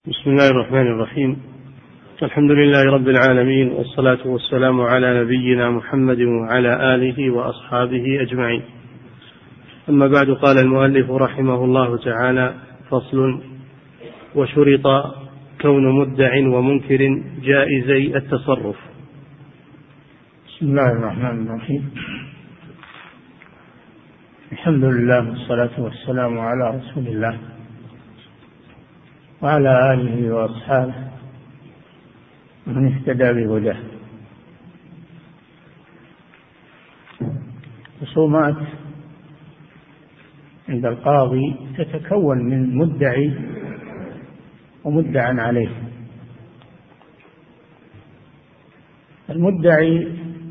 بسم الله الرحمن الرحيم. الحمد لله رب العالمين، والصلاة والسلام على نبينا محمد وعلى آله وأصحابه أجمعين. أما بعد، قال المؤلف رحمه الله تعالى: فصل: وشرط كون مدع ومنكر جائزي التصرف. بسم الله الرحمن الرحيم. الحمد لله والصلاة والسلام على رسول الله وعلى آله وأصحابه من اهتدى بهداه. خصومات عند القاضي تتكون من مدعي ومدعى عليه. المدعي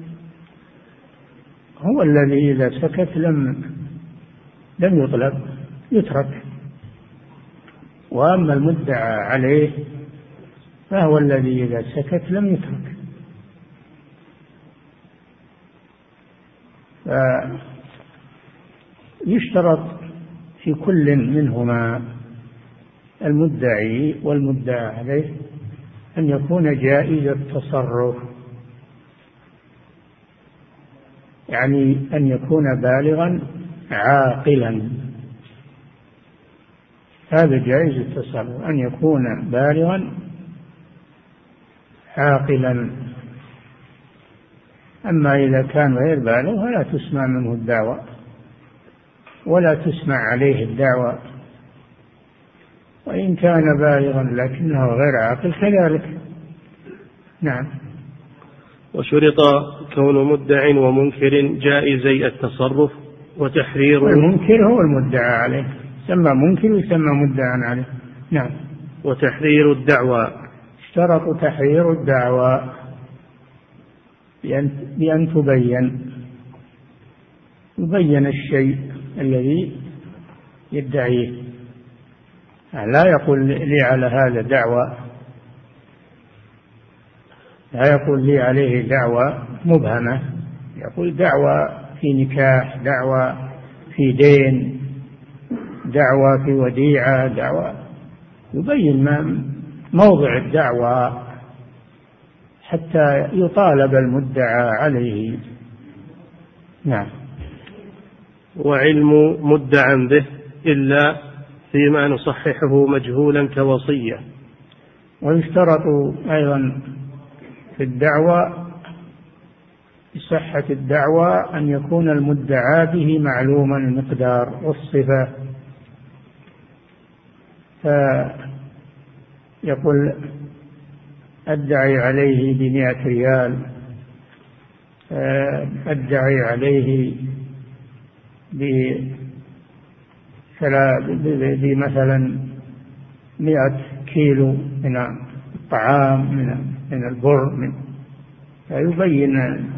هو الذي إذا سكت لم يطلب، يترك. وأما المدعى عليه فهو الذي إذا سكت لم يترك. فيشترط في كل منهما، المدعي والمدعى عليه، أن يكون جائز التصرف، يعني أن يكون بالغا عاقلا. هذا جائز التصرف، أن يكون بالغا عاقلا. أما إذا كان غير بالغ فلا تسمع منه الدعوى ولا تسمع عليه الدعوى، وإن كان بالغا لكنه غير عاقل كذلك. نعم. وشرط كون مدع ومنكر جائزي التصرف وتحرير. المنكر هو المدعى عليه، يسمى منكر ويسمى مدعى عليه. نعم. وتحرير الدعوى، اشترط تحرير الدعوى بأن يبين الشيء الذي يدعيه. لا يقول لي على هذا دعوى، لا يقول لي عليه دعوى مبهمة، يقول دعوى في نكاح، دعوى في دين، دعوى في وديعة، دعوى. يبين موضع الدعوى حتى يطالب المدعى عليه. نعم. وعلم مدعى به إلا فيما نصححه مجهولا كوصية. ويشترط أيضا في الدعوى، بصحة الدعوى، أن يكون المدعى به معلوم المقدار والصفة. فيقول أدعي عليه ب100 ريال، أدعي عليه بمثلا 100 كيلو من الطعام، من البر، فيبين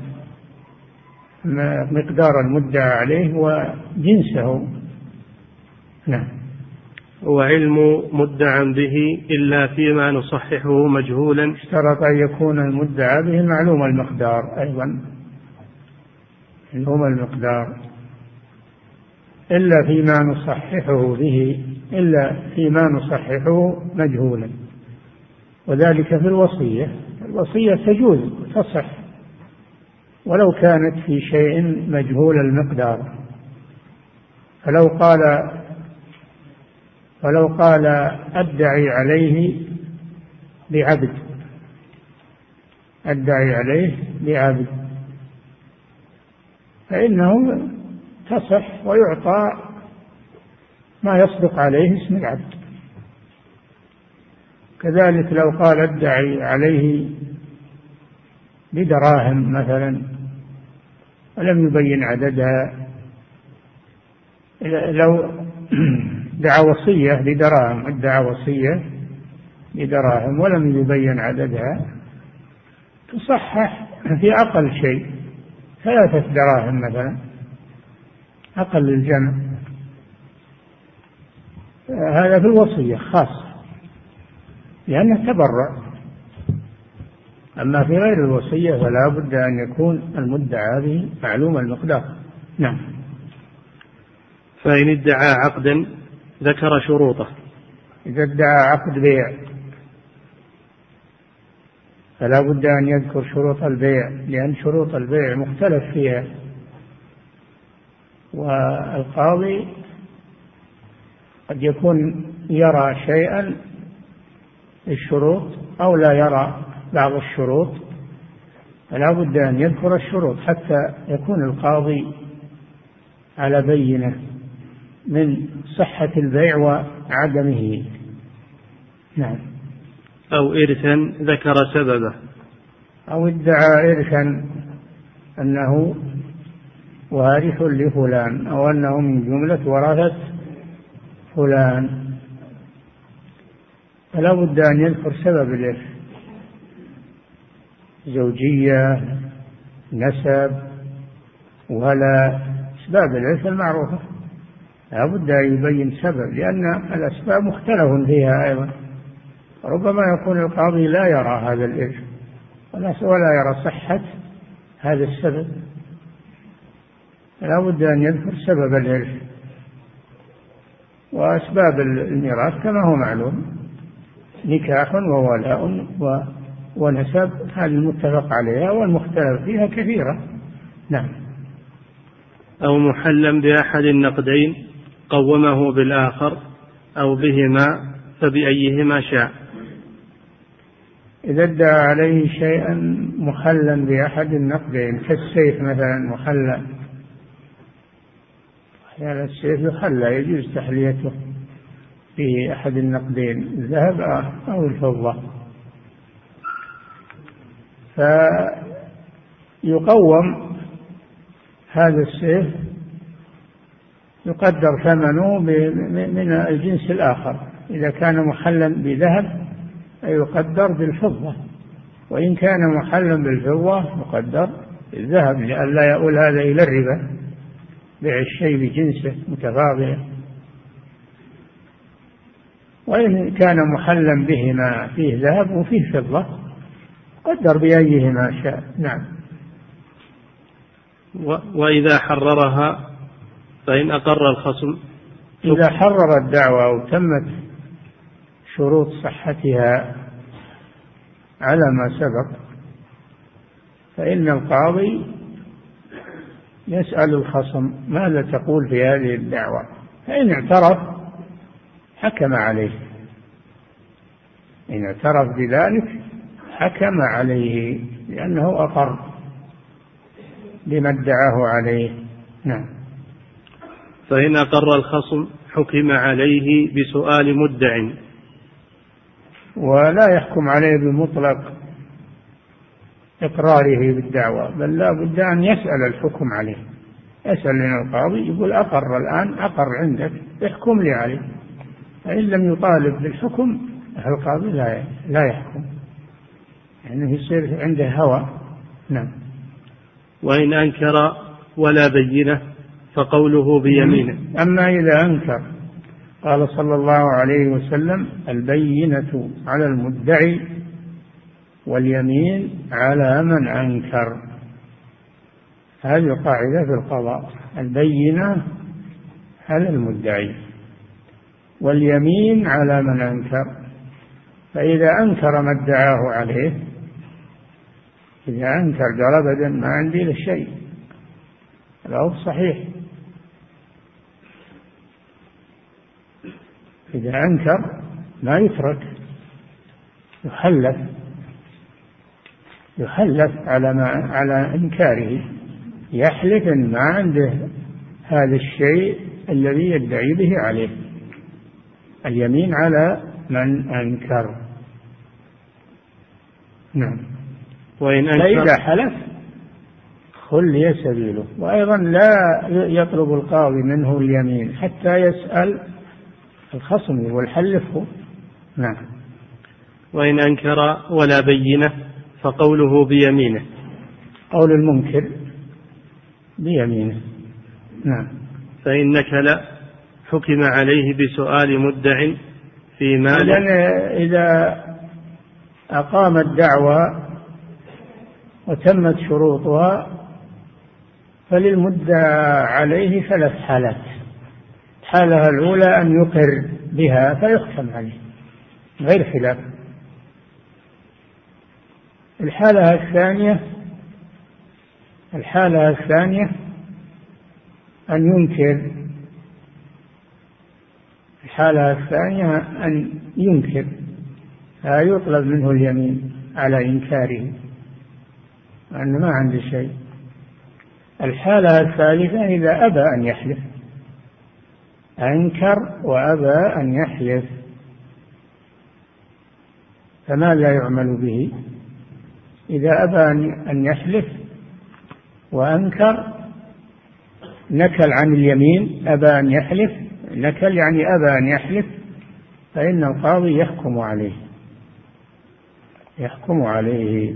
مقدار المدعى عليه وجنسه. نعم. وعلم مدعى به إلا فيما نصححه مجهولا. اشترط أن يكون المدعى به معلوم المقدار أيضا، معلوم المقدار، إلا فيما نصححه به، إلا فيما نصححه مجهولا. وذلك في الوصية. الوصية تجوز تصح ولو كانت في شيء مجهول المقدار. فلو قال أدعي عليه بعبد، أدعي عليه بعبد، فإنه تصح ويعطى ما يصدق عليه اسم العبد. كذلك لو قال أدعي عليه بدراهم مثلا ولم يبين عددها، لو دعا وصية بدراهم، ادعى وصية بدراهم ولم يبين عددها، تصحح في أقل شيء 3 دراهم مثلا، أقل الجمع. هذا في الوصية خاص لأنه تبرع. أما في غير الوصية فلا بد أن يكون المدعى به معلوم المقدار. نعم. فإن ادعى عقدا ذكر شروطه. إذا ادعى عقد بيع فلا بد أن يذكر شروط البيع، لأن شروط البيع مختلف فيها، والقاضي قد يكون يرى شيئا في الشروط أو لا يرى بعض الشروط، فلا بد أن يذكر الشروط حتى يكون القاضي على بينة من صحة البيع وعدمه. نعم. أو إرثا ذكر سببه، أو ادعى إرثا أنه وارث لفلان أو أنه من جملة ورثة فلان، فلا بد أن يذكر سبب الإرث، زوجية، نسب، ولا أسباب الإرث المعروفة، لا بد أن يبين سبب، لأن الأسباب مختلف فيها أيضا، ربما يكون القاضي لا يرى هذا الإرث ولا يرى صحة هذا السبب، لا بد أن يذكر سبب الإرث. وأسباب الميراث كما هو معلوم، نكاح وولاء ونسب، هذه المتفق عليها، والمختلف فيها كثيرة. نعم. أو محلا بأحد النقدين قومه بالآخر أو بهما فبأيهما شاء. إذا ادعى عليه شيئا محلا بأحد النقدين كالسيف مثلا محلا، يعني السيف يحلى يجوز تحليته في أحد النقدين الذهب أو الفضة، فيقوم هذا السيف، يقدر ثمنه من الجنس الآخر، إذا كان محلا بذهب يقدر بالفضة، وإن كان محلا بالفضة يقدر بالذهب، لئلا يؤول هذا إلى الربا، بيع الشيء بجنسه متفاضلا. وإن كان محلا بهما فيه ذهب وفيه فضة قدر بأيهما شاء. نعم. وإذا حررها فإن أقر الخصم، إذا حرر الدعوة وتمت شروط صحتها على ما سبق، فإن القاضي يسأل الخصم ماذا تقول في هذه الدعوة، فإن اعترف حكم عليه، إن اعترف بذلك حكم عليه لأنه أقر بما ادعاه عليه. نعم. فإن أقر الخصم حكم عليه بسؤال مدع، ولا يحكم عليه بمطلق إقراره بالدعوة، بل لا بد أن يسأل الحكم عليه، يسأل من القاضي يقول أقر الآن، أقر عندك، احكم لي عليه، فإن لم يطالب بالحكم القاضي لا يحكم، يعني يصير عنده هوى. نعم. وإن أنكر ولا بينة فقوله بيمينه. أما إذا أنكر، قال صلى الله عليه وسلم البينة على المدعي واليمين على من أنكر، هذه قاعدة في القضاء، البينة على المدعي واليمين على من أنكر، فإذا أنكر ما ادعاه عليه، إذا أنكر قال أبدا ما عندي له شيء، هذا صحيح، إذا أنكر ما يترك، يحلف على إنكاره، يحلف إن ما عنده هذا الشيء الذي يدعي به عليه، اليمين على من أنكر. نعم. فإذا حلف خلي سبيله، وأيضا لا يطلب القاضي منه اليمين حتى يسأل الخصم ويحلفه. نعم. وإن أنكر ولا بينة فقوله بيمينه، قول المنكر بيمينه. نعم. فإن نكل حكم عليه بسؤال مدع في مال. لأن إذا أقام الدعوة وتمت شروطها فللمدعى عليه 3 حالات، الحالة الأولى أن يقر بها فيحكم عليه غير خلاف، الحالة الثانية أن ينكر. الحالة الثانية أن ينكر، يطلب منه اليمين على إنكاره أنه ما عنده شيء. الحالة الثالثة إذا أبى أن يحلف، أنكر وأبى أن يحلف، فماذا يعمل به؟ إذا أبى أن يحلف وأنكر، نكل عن اليمين، أبى أن يحلف، نكل يعني أبى أن يحلف، فإن القاضي يحكم عليه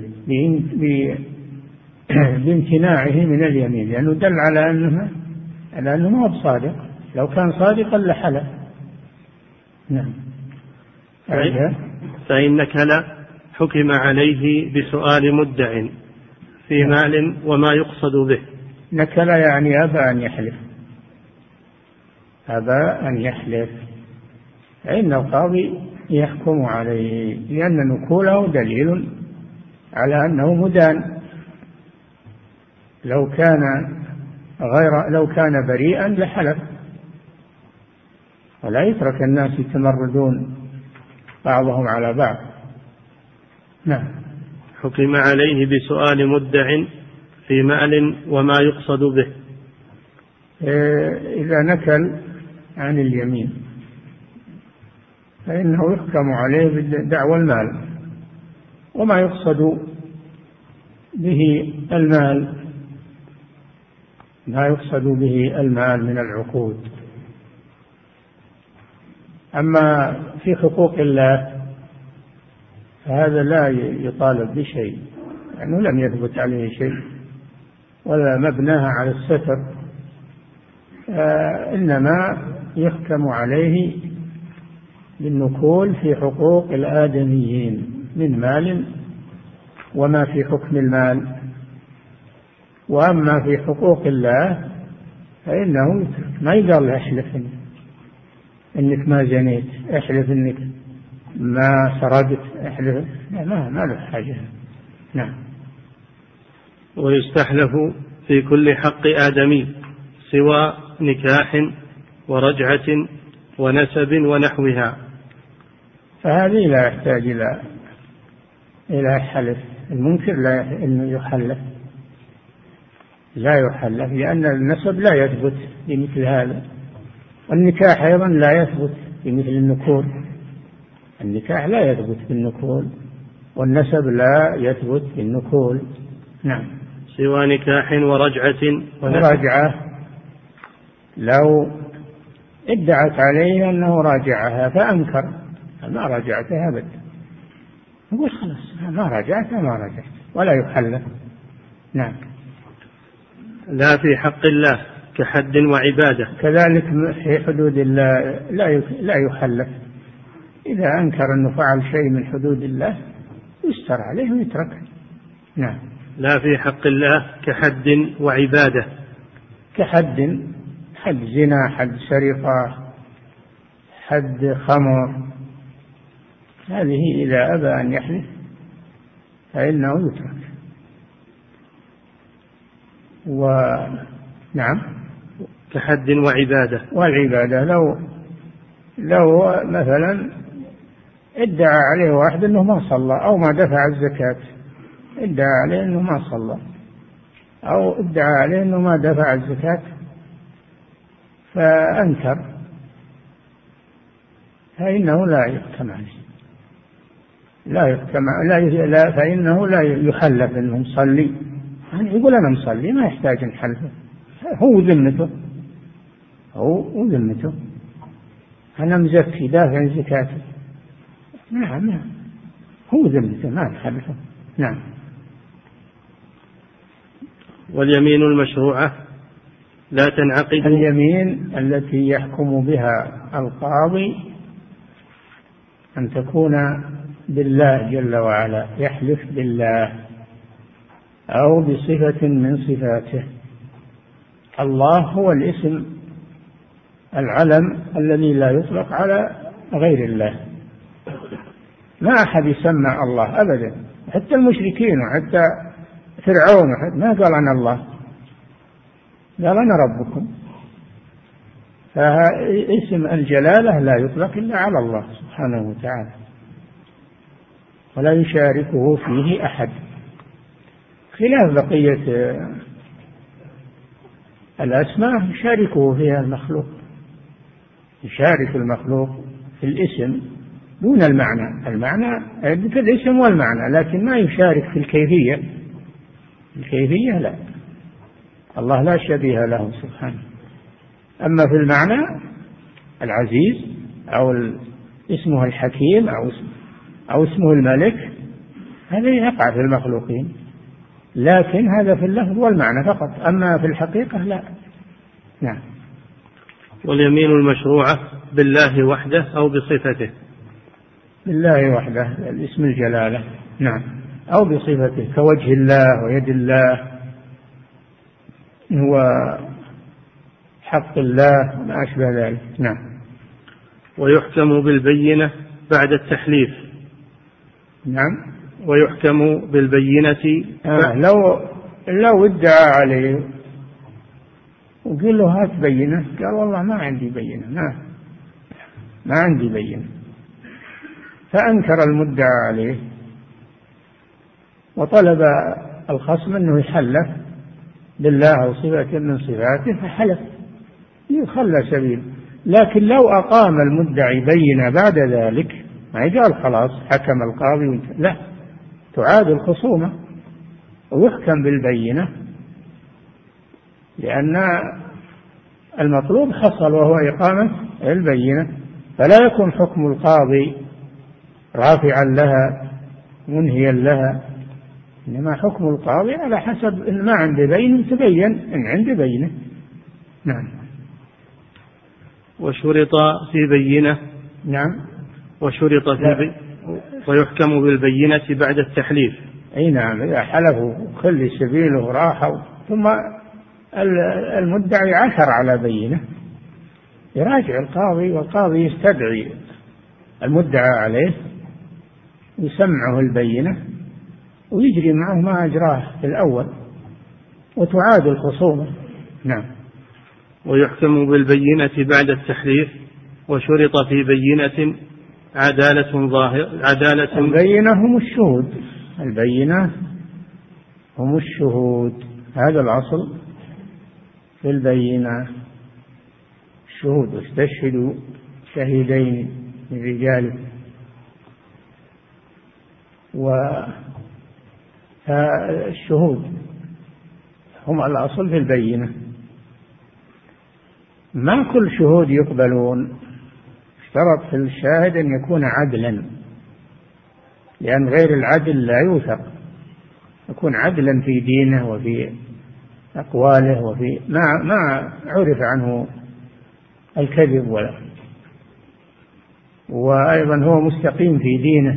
بامتناعه من اليمين، لأنه دل على أنه ما هو صادق. لو كان صادقا لحلف. نعم. فإن نكل حكم عليه بسؤال مدع في مال وما يقصد به. نكل يعني أبى أن يحلف، فإن القاضي يحكم عليه، لأن نكوله دليل على أنه مدان. لو كان بريئا لحلف، ولا يترك الناس يتمردون بعضهم على بعض. نعم. حكم عليه بسؤال مدع في مال وما يقصد به. إذا نكل عن اليمين فإنه يحكم عليه بدعوى المال، وما يقصد به المال، ما يقصد به المال من العقود. أما في حقوق الله فهذا لا يطالب بشيء، لأنه لم يثبت عليه شيء ولا مبناها على الستر، إنما يحكم عليه بالنكول في حقوق الآدميين من مال وما في حكم المال. وأما في حقوق الله فإنه ما يقال احلف إنك ما زنيت، احلف إنك ما سرقت، احلف، ما له حاجة. نعم. ويستحلف في كل حق آدمي سوى نكاح ورجعة ونسب ونحوها، فهذه لا يحتاج إلى حلف. المنكر لا يحلف لأن النسب لا يثبت بمثل هذا، والنكاح أيضا لا يثبت بمثل النكول. النكاح لا يثبت بالنكول، والنسب لا يثبت بالنكول. نعم. سوى نكاح ورجعة ورجعة، لو ادعت عليه أنه راجعها فأنكر، ما راجعتها أبدا، يقول خلاص ما رجعت ولا يحلف. نعم. لا في حق الله كحد وعبادة، كذلك في حدود الله لا يحلف. إذا أنكر أنه فعل شيء من حدود الله يستر عليه ويترك. نعم. لا في حق الله كحد وعبادة، كحد، حد زنا، حد سرقة، حد خمر، هذه إذا أبى أن يحلف فإنه يترك. نعم. كحد وعبادة. والعبادة لو مثلا ادعى عليه واحد أنه ما صلى أو ما دفع الزكاة، ادعى عليه أنه ما صلى أو ادعى عليه أنه ما دفع الزكاة فأنكر، فإنه لا يحكم عليه، فإنه لا يحلف أنه مصلي. يعني يقول أنا مصلي ما يحتاج نحلفه، هو ذمته أنا مزكي دافع زكاته. نعم، هو ذمته ما نحلفه. نعم. واليمين المشروعة لا تنعقد. اليمين التي يحكم بها القاضي أن تكون بالله جل وعلا، يحلف بالله أو بصفة من صفاته. الله هو الاسم العلم الذي لا يطلق على غير الله، ما أحد يسمى الله أبدا، حتى المشركين وحتى فرعون ما قال أنا الله، قال أنا ربكم. فاسم الجلالة لا يطلق إلا على الله سبحانه وتعالى، ولا يشاركه فيه أحد، خلاف بقية الأسماء يشاركه فيها المخلوق، يشارك المخلوق في الاسم دون المعنى في الاسم والمعنى، لكن ما يشارك في الكيفية لا، الله لا شبيه له سبحانه. أما في المعنى العزيز أو اسمه الحكيم أو اسمه الملك هذا يقع في المخلوقين، لكن هذا في اللفظ والمعنى فقط، أما في الحقيقة لا. نعم. واليمين المشروعة بالله وحده أو بصفته. بالله وحده الاسم الجلالة، نعم، أو بصفته كوجه الله ويد الله وحق الله وما أشبه ذلك. نعم. ويحكم بالبينة بعد التحليف. نعم. ويحكم بالبينة لو ادعى عليه وقال له هات بينة، قال والله ما عندي بينة، ما عندي بينة، فأنكر المدعى عليه وطلب الخصم أنه يحلف بالله أو صفة من صفاته، فحلف يخلى سبيل. لكن لو أقام المدعي بينة بعد ذلك ما يقال خلاص حكم القاضي، لا، تعاد الخصومة ويحكم بالبينة، لأن المطلوب حصل وهو إقامة البينة، فلا يكون حكم القاضي رافعا لها منهيا لها، إنما حكم القاضي على حسب إن ما عنده بينة تبين إن عنده بينة. نعم. وشرط في بينة. نعم. وشرط في ويحكم بالبينة بعد التحليف. أي نعم، إذا حلفوا خلي سبيله وراحوا ثم المدعي عثر على بينة يراجع القاضي، والقاضي يستدعي المدعى عليه يسمعه البينة ويجري معه ما أجراه في الأول وتعاد الخصومة. نعم. ويحكم بالبينة بعد التحليف. وشرط في بينة عدالة ظاهرة. البينة هم الشهود، البينة هم الشهود، هذا الأصل في البينة، الشهود، واستشهدوا شهيدين من رجالكم. فالشهود هم الأصل في البينة، ما كل شهود يقبلون، اشترط في الشاهد أن يكون عدلا، لأن غير العدل لا يوثق، يكون عدلا في دينه وفي أقواله وفي ما عرف عنه الكذب وأيضا هو مستقيم في دينه.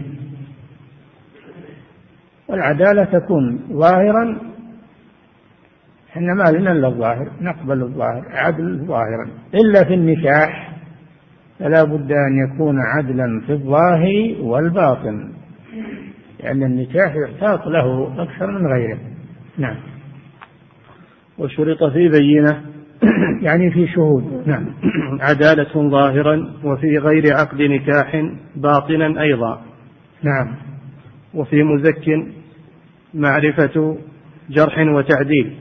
والعدالة تكون ظاهرا، احنا ما لنا إلا الظاهر، نقبل الظاهر، عدل ظاهرا، إلا في النكاح فلا بد أن يكون عدلا في الظاهر والباطن، لأن النكاح يحتاط له أكثر من غيره. نعم. وشرط في بينة يعني في شهود. نعم. عدالة ظاهرا، وفي غير عقد نكاح باطنا أيضا. نعم. وفي مزك معرفة جرح وتعديل.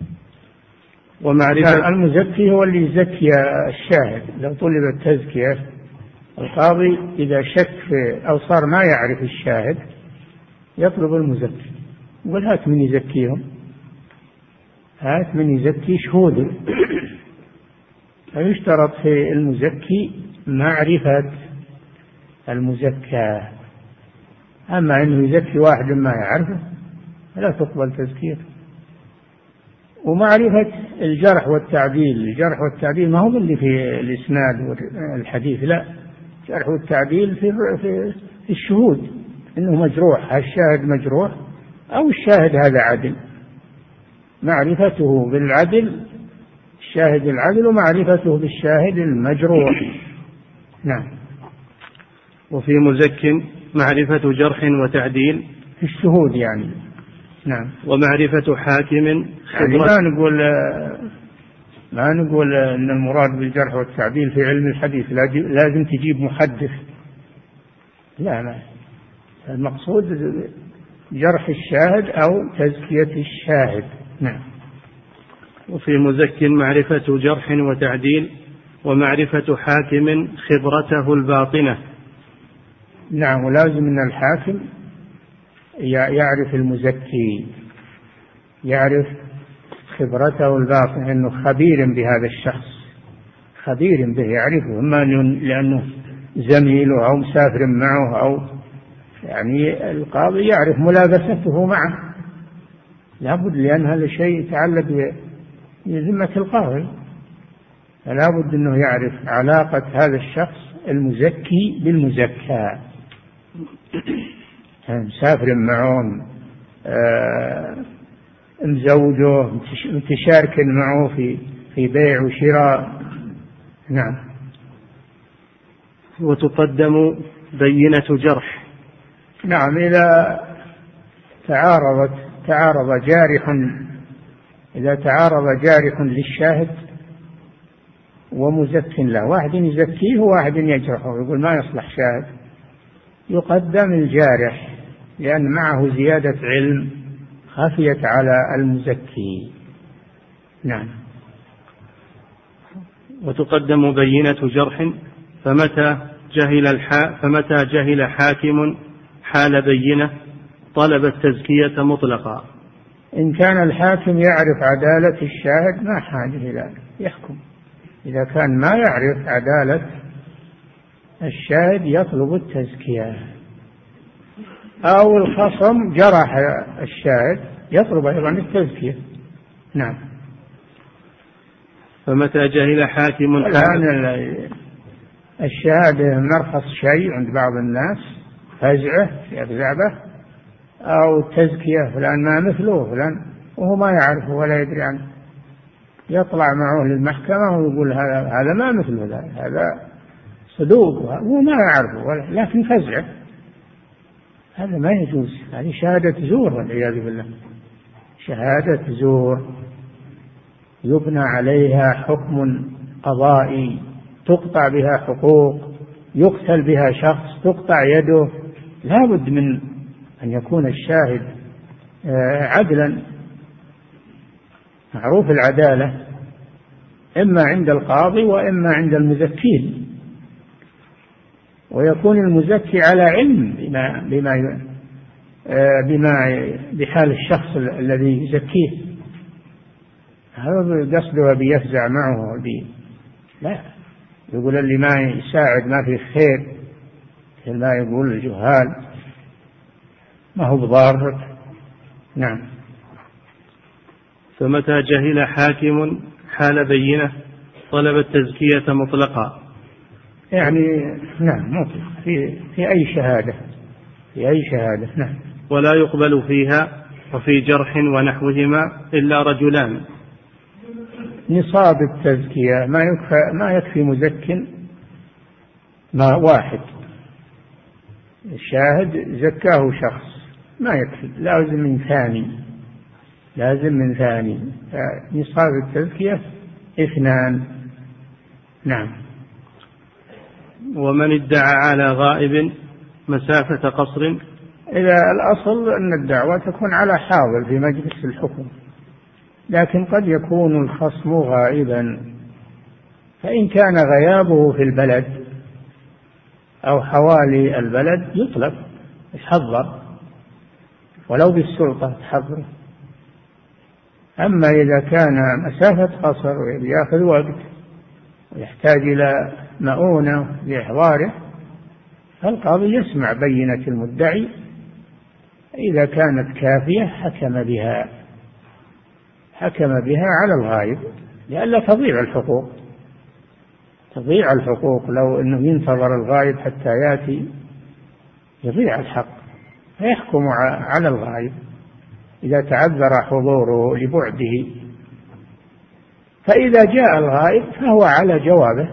ومعرفة المزكي هو اللي يزكي الشاهد، لو طلب التزكية القاضي إذا شك أو صار ما يعرف الشاهد يطلب المزكي، يقول هات من يزكيهم، هات من يزكي شهوده. فيشترط في المزكي معرفة المزكى، أما أنه يزكي واحد ما يعرفه لا تقبل تزكيته. ومعرفة الجرح والتعديل، الجرح والتعديل ما هو اللي في الإسناد والحديث، لا، الجرح والتعديل في الشهود، إنه مجروح، الشاهد مجروح أو الشاهد هذا عدل، معرفته بالعدل، الشاهد العدل، ومعرفته بالشاهد المجروح. نعم. وفي مزك معرفة جرح وتعديل، في الشهود يعني. نعم. ومعرفة حاكم يعني ما نقول أن المراد بالجرح والتعديل في علم الحديث لازم تجيب محدث، لا، المقصود جرح الشاهد أو تزكية الشاهد. نعم. وفي مزك معرفة جرح وتعديل ومعرفة حاكم خبرته الباطنة. نعم، ولازم أن الحاكم يعرف المزكي، يعرف خبرته الباطنة، أنه خبير بهذا الشخص، خبير به، يعرفه، إما لأنه زميله أو مسافر معه، أو يعني القاضي يعرف ملابسته معه، لابد، لأن هذا شيء يتعلق بذمة القاضي، فلا بد أنه يعرف علاقة هذا الشخص المزكي بالمزكى، مسافر معه، مزوجه، متشارك معه في بيع وشراء. نعم. وتقدم بينة جرح. نعم، إذا تعارض جارح للشاهد ومزك له، واحد يزكيه وواحد يجرحه، يقول ما يصلح شاهد، يقدم الجارح لأن معه زيادة علم خفيت على المزكي. نعم. وتقدم بينة جرح فمتى جهل حاكم حال بينة طلب التزكية مطلقا. إن كان الحاكم يعرف عدالة الشاهد ما حاجة إلى يحكم، إذا كان ما يعرف عدالة الشاهد يطلب التزكية، أو الخصم جرح الشاهد يطلب أيضا التزكية. نعم. فمتى جهل حاكم الآن الشهادة مرخص شيء عند بعض الناس، فزعه يفزع به، أو تزكية فلان ما مثله فلان وهو ما يعرفه ولا يدري عنه، يطلع معه للمحكمة ويقول هذا ما مثله، هذا صدوق وهو ما يعرفه لكن فزعه، هذا ما يجوز، هذه شهادة زور والعياذ بالله، شهادة زور يبنى عليها حكم قضائي، تقطع بها حقوق، يقتل بها شخص، تقطع يده. لا بد من أن يكون الشاهد عدلا معروف العدالة، إما عند القاضي وإما عند المزكين، ويكون المزكي على علم بما بحال الشخص الذي يزكيه، هذا قصده بيفزع معه لا، يقول اللي ما يساعد ما في خير، ما يقول الجهال ما هو بضار. نعم. فمتى جهل حاكم حال بينة طلب التزكية مطلقا، يعني نعم مطلق في أي شهادة. نعم. ولا يقبل فيها وفي جرح ونحوهما إلا رجلان. نصاب التزكية ما يكفي مزك ما واحد، الشاهد زكاه شخص ما يكفي، لازم من ثاني. نصاب التزكية 2. نعم. ومن ادعى على غائب مسافة قصر، إذا الأصل أن الدعوة تكون على حاضر في مجلس الحكم، لكن قد يكون الخصم غائبا، فإن كان غيابه في البلد أو حوالي البلد يطلب يحضر ولو بالسلطة تحضره. أما إذا كان مسافة قصر ويأخذ وقت ويحتاج إلى مؤونة لإحضاره، فالقاضي يسمع بينة المدعي، إذا كانت كافية حكم بها على الغائب، لئلا تضيع الحقوق لو أنه ينتظر الغائب حتى يأتي يضيع الحق، فيحكم على الغائب إذا تعذر حضوره لبعده. فإذا جاء الغائب فهو على جوابه،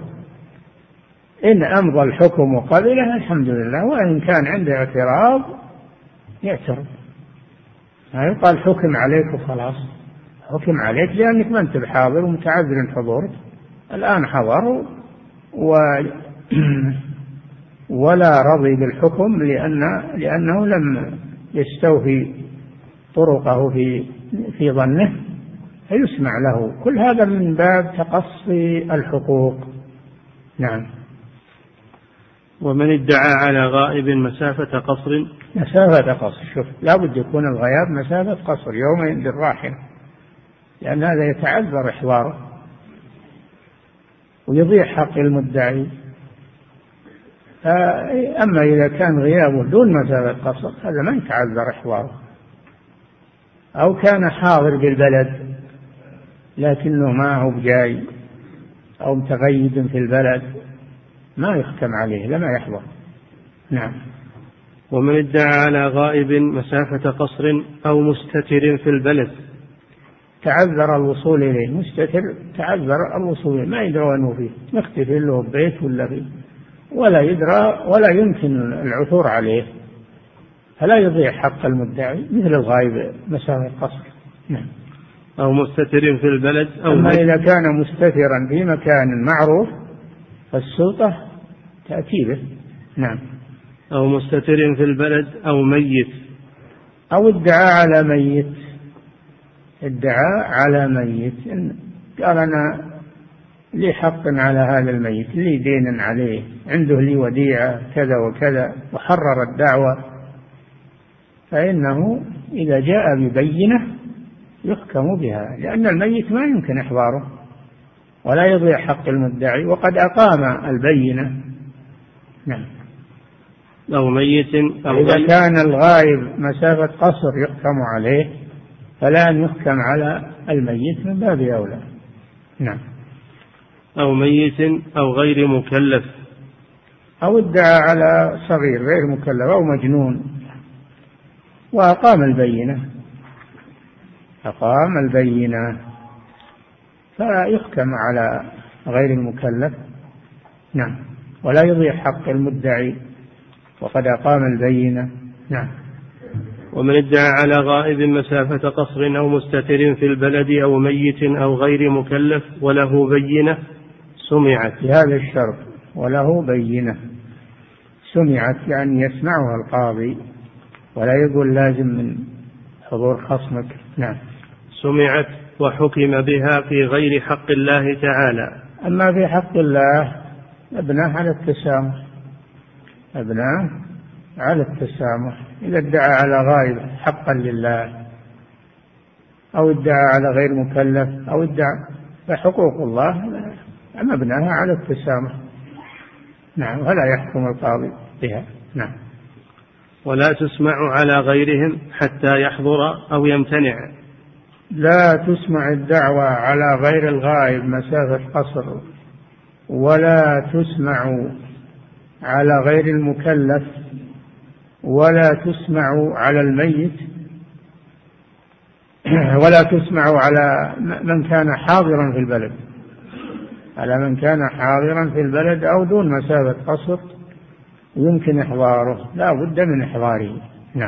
إن أمضى الحكم وقبله الحمد لله، وإن كان عنده اعتراض يعترض. ما يقال حكم عليك وخلاص، حكم عليك لأنك ما أنت بحاضر ومتعذر حضورك. الآن حضر ولا رضي بالحكم لأنه لم يستوفي طرقه في ظنه، فيسمع له. كل هذا من باب تقصي الحقوق. نعم. ومن ادعى على غائب مسافة قصر. مسافة قصر، شوف، لا بد يكون الغياب مسافة قصر يومين بالراحلة، لأن هذا يتعذر إحضاره ويضيع حق المدعي. أما إذا كان غيابه دون مسافة قصر هذا ما يتعذر إحضاره. أو كان حاضر بالبلد لكنه ما هو بجاي أو متغيب في البلد، ما يحكم عليه، لما يحضر. نعم. ومن ادعى على غائب مسافة قصر أو مستتر في البلد. تعذر الوصول إليه، مستتر تعذر الوصول إليه، ما يدرى أنه فيه، مختفي له ببيت ولا فيه، ولا يدرى ولا يمكن العثور عليه، فلا يضيع حق المدعي مثل الغائب مسافة قصر. نعم. أو مستتر في البلد. أما إذا كان مستترا في مكان معروف فالسلطة تأتي به. نعم. أو مستتر في البلد أو ميت. أو ادعى على ميت، ادعى على ميت، قال أنا لي حق على هذا الميت، لي دين عليه، عنده لي وديعة كذا وكذا، وحرر الدعوة، فإنه إذا جاء ببينة يحكم بها، لأن الميت ما يمكن إحضاره ولا يضيع حق المدعي وقد أقام البينة. نعم. أو ميت. أو إذا كان الغائب مسافة قصر يحكم عليه، فلا أن يحكم على الميت من باب أولى. نعم. أو ميت أو غير مكلف. أو ادعى على صغير غير مكلف أو مجنون وأقام البينة، أقام البينة، فيحكم على غير المكلف. نعم. ولا يضيع حق المدعي وقد أقام البينة. نعم. ومن ادعى على غائب مسافة قصر أو مستتر في البلد أو ميت أو غير مكلف وله بينة سمعت. بهذا الشرط، وله بينة، سمعت يعني يسمعها القاضي ولا يقول لازم من حضور خصمك. نعم. سمعت وحكم بها في غير حق الله تعالى. أما في حق الله مبناه على التسامح، مبناه على التسامح. إذا ادعى على غائب حقا لله أو ادعى على غير مكلف أو ادعى، فحقوق الله مبناها على التسامح. نعم. ولا يحكم القاضي بها. نعم. ولا تسمع على غيرهم حتى يحضر أو يمتنع. لا تسمع الدعوة على غير الغائب مسافة قصر، ولا تسمع على غير المكلف، ولا تسمع على الميت، ولا تسمع على من كان حاضرا في البلد، على من كان حاضرا في البلد أو دون مسافة قصر يمكن إحضاره، لا بد من إحضاره. نعم.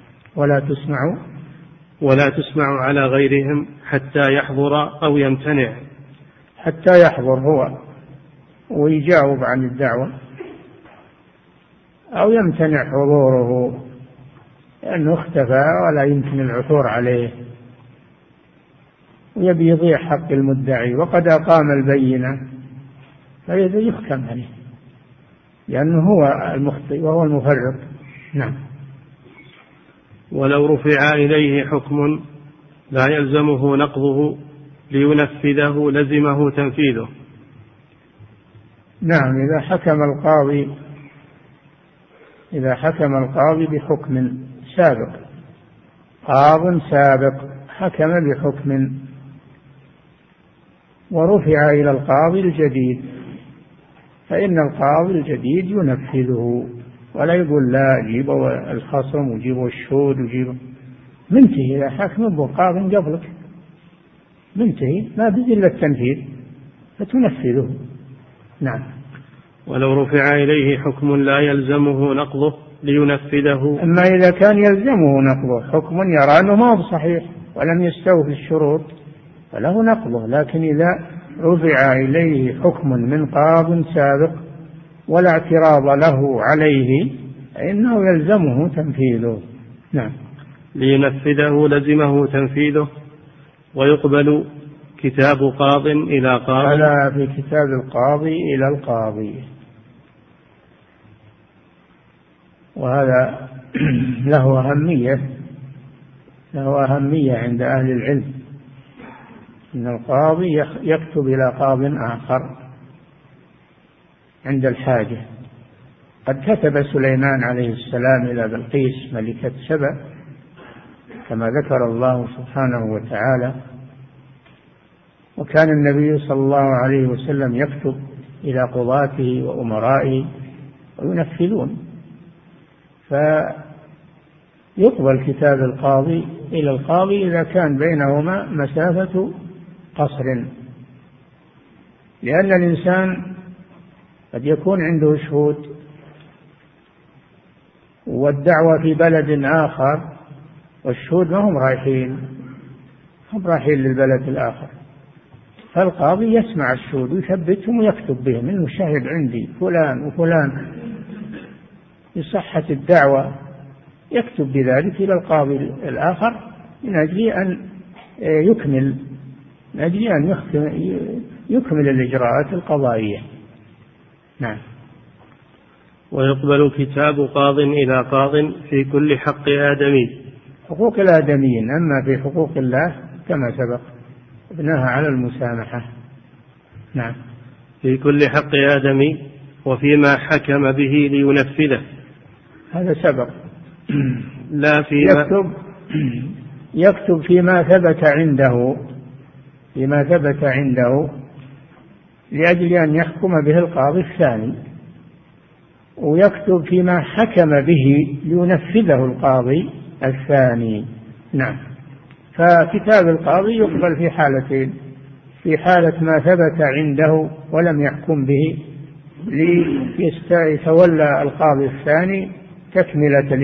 ولا تسمع على غيرهم حتى يحضر أو يمتنع. حتى يحضر هو ويجاوب عن الدعوة، أو يمتنع حضوره لأنه اختفى ولا يمكن العثور عليه ويبي يضيع حق المدعي وقد أقام البينة، فإذا يحكم عليه لأنه هو المخطئ وهو المفرط. نعم. ولو رفع إليه حكم لا يلزمه نقضه لينفذه لزمه تنفيذه. نعم. إذا حكم القاضي بحكم سابق، قاض سابق حكم بحكم ورفع إلى القاضي الجديد، فإن القاضي الجديد ينفذه ولا يقول لا جيبوا الخصم وجيبوا الشهود وجيبوا، منتهي. إذا حكم بقاض قبلك منتهي، ما بيجي إلا التنفيذ فتنفذه. نعم. ولو رفع إليه حكم لا يلزمه نقضه لينفذه. أما إذا كان يلزمه نقضه حكم يرى أنه ما هو صحيح ولم يستوفي الشروط فله نقضه، لكن إذا رفع إليه حكم من قاض سابق ولا اعتراض له عليه فإنه يلزمه تنفيذه. نعم. لينفذه لزمه تنفيذه. ويقبل كتاب قاض إلى قاض. هذا في كتاب القاضي إلى القاضي، وهذا له أهمية عند أهل العلم، إن القاضي يكتب إلى قاض آخر عند الحاجة. قد كتب سليمان عليه السلام إلى بلقيس ملكة سبأ كما ذكر الله سبحانه وتعالى، وكان النبي صلى الله عليه وسلم يكتب إلى قضاته وأمرائه وينفذون، فيقبل كتاب القاضي إلى القاضي إذا كان بينهما مسافة قصر، لأن الإنسان قد يكون عنده شهود والدعوة في بلد آخر والشهود ما هم رايحين للبلد الآخر، فالقاضي يسمع الشهود ويثبتهم ويكتب بهم إنه شاهد عندي فلان وفلان بصحة الدعوة، يكتب بذلك إلى القاضي الآخر من أجل أن يكمل الإجراءات القضائية. نعم. ويقبل كتاب قاض إلى قاض في كل حق آدمي. حقوق الآدميين، أما في حقوق الله كما سبق ابناها على المسامحة. نعم. في كل حق آدمي وفيما حكم به لينفذه. هذا سبق. لا فيما يكتب فيما ثبت عنده لأجل أن يحكم به القاضي الثاني، ويكتب فيما حكم به لينفذه القاضي الثاني. نعم. فكتاب القاضي يقبل في حالتين: في حالة ما ثبت عنده ولم يحكم به ليتولى القاضي الثاني تكملة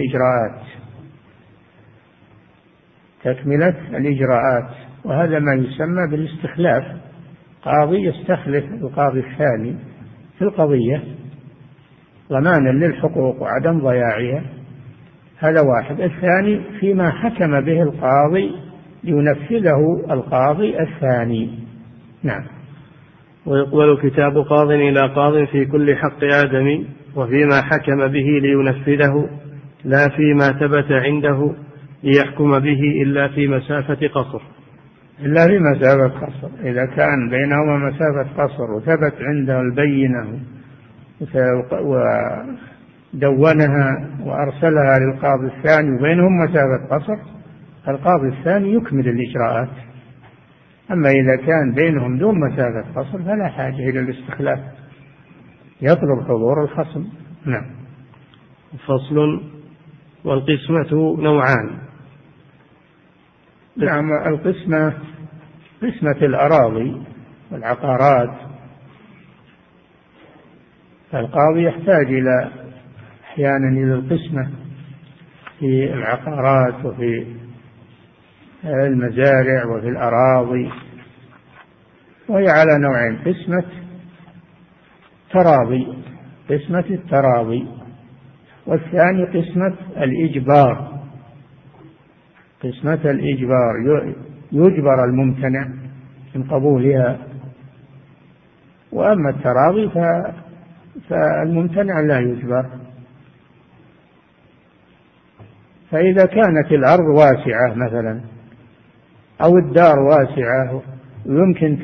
الإجراءات، وهذا ما يسمى بالاستخلاف. قاضي يستخلف القاضي الثاني في القضية ضمانا للحقوق وعدم ضياعها، هذا واحد. الثاني فيما حكم به القاضي لينفذه القاضي الثاني. نعم. ويقبل كتاب قاض إلى قاض في كل حق آدمي وفيما حكم به لينفذه، لا فيما ثبت عنده ليحكم به إلا في مسافة قصر. إذا كان بينهما مسافة قصر وثبت عنده البينة ودونها وأرسلها للقاضي الثاني وبينهم مسافة قصر، القاضي الثاني يكمل الإجراءات. أما إذا كان بينهم دون مسافة قصر فلا حاجة إلى الاستخلاف، يطلب حضور الخصم. نعم. فصل. والقسمة نوعان. نعم. قسمة الأراضي والعقارات، فالقاضي يحتاج أحيانا إلى القسمة في العقارات وفي المزارع وفي الأراضي، وهي على نوعين: قسمة التراضي، والثاني قسمة الإجبار. يجبر الممتنع من قبولها، وأما التراضي فالممتنع لا يجبر. فإذا كانت الأرض واسعة مثلا أو الدار واسعة ويمكن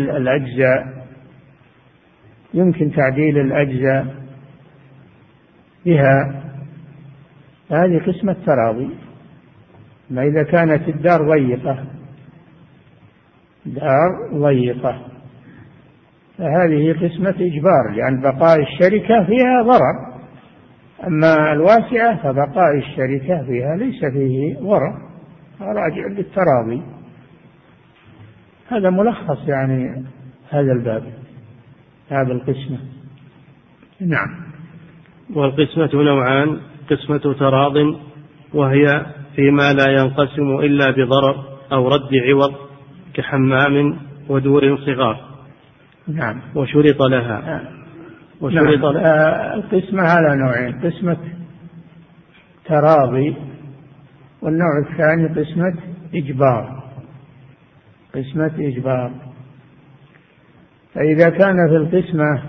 تعديل الأجزاء بها، هذه قسمة تراضي. ما إذا كانت الدار ضيقة فهذه قسمة إجبار، لأن بقاء الشركة فيها ضرر، أما الواسعة فبقاء الشركة فيها ليس فيه ضرر، راجع للتراضي. هذا ملخص يعني هذا الباب، هذا القسمة. نعم. والقسمة نوعان: قسمة تراض وهي فيما لا ينقسم إلا بضرر أو رد عوض كحمام ودور صغار. نعم. وشرط لها. القسمة على نوعين: قسمة تراضي، والنوع الثاني قسمة إجبار. قسمة إجبار، فإذا كان في القسمة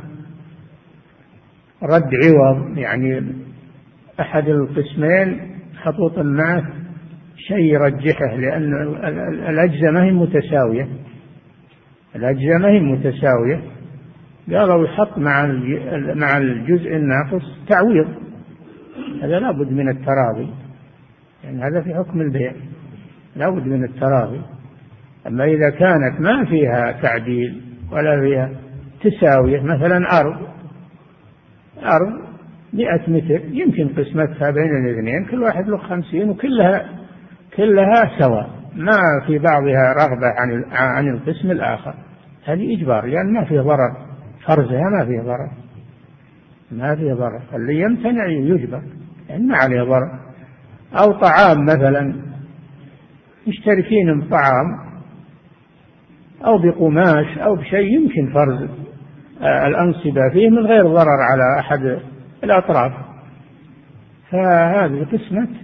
رد عوض، يعني أحد القسمين خطوط معه شيء يرجحه، لأن الأجزاء ما هي متساوية، الأجزاء ما هي متساوية، قالوا يحط مع الجزء الناقص تعويض، هذا لابد من التراضي، يعني هذا في حكم البيع لابد من التراضي. أما إذا كانت ما فيها تعديل ولا فيها تساوية، مثلا أرض 100 متر يمكن قسمتها بين الاثنين، كل واحد له 50 وكلها سواء، ما في بعضها رغبة عن القسم الآخر، هذه إجبار، لأن ما فيه ضرر، فرزها ما فيه ضرر، اللي يمتنع يجبر يعني ما عليه ضرر. أو طعام مثلا مشتركين بطعام أو بقماش أو بشيء يمكن فرز الأنصبة فيه من غير ضرر على أحد الأطراف، فهذه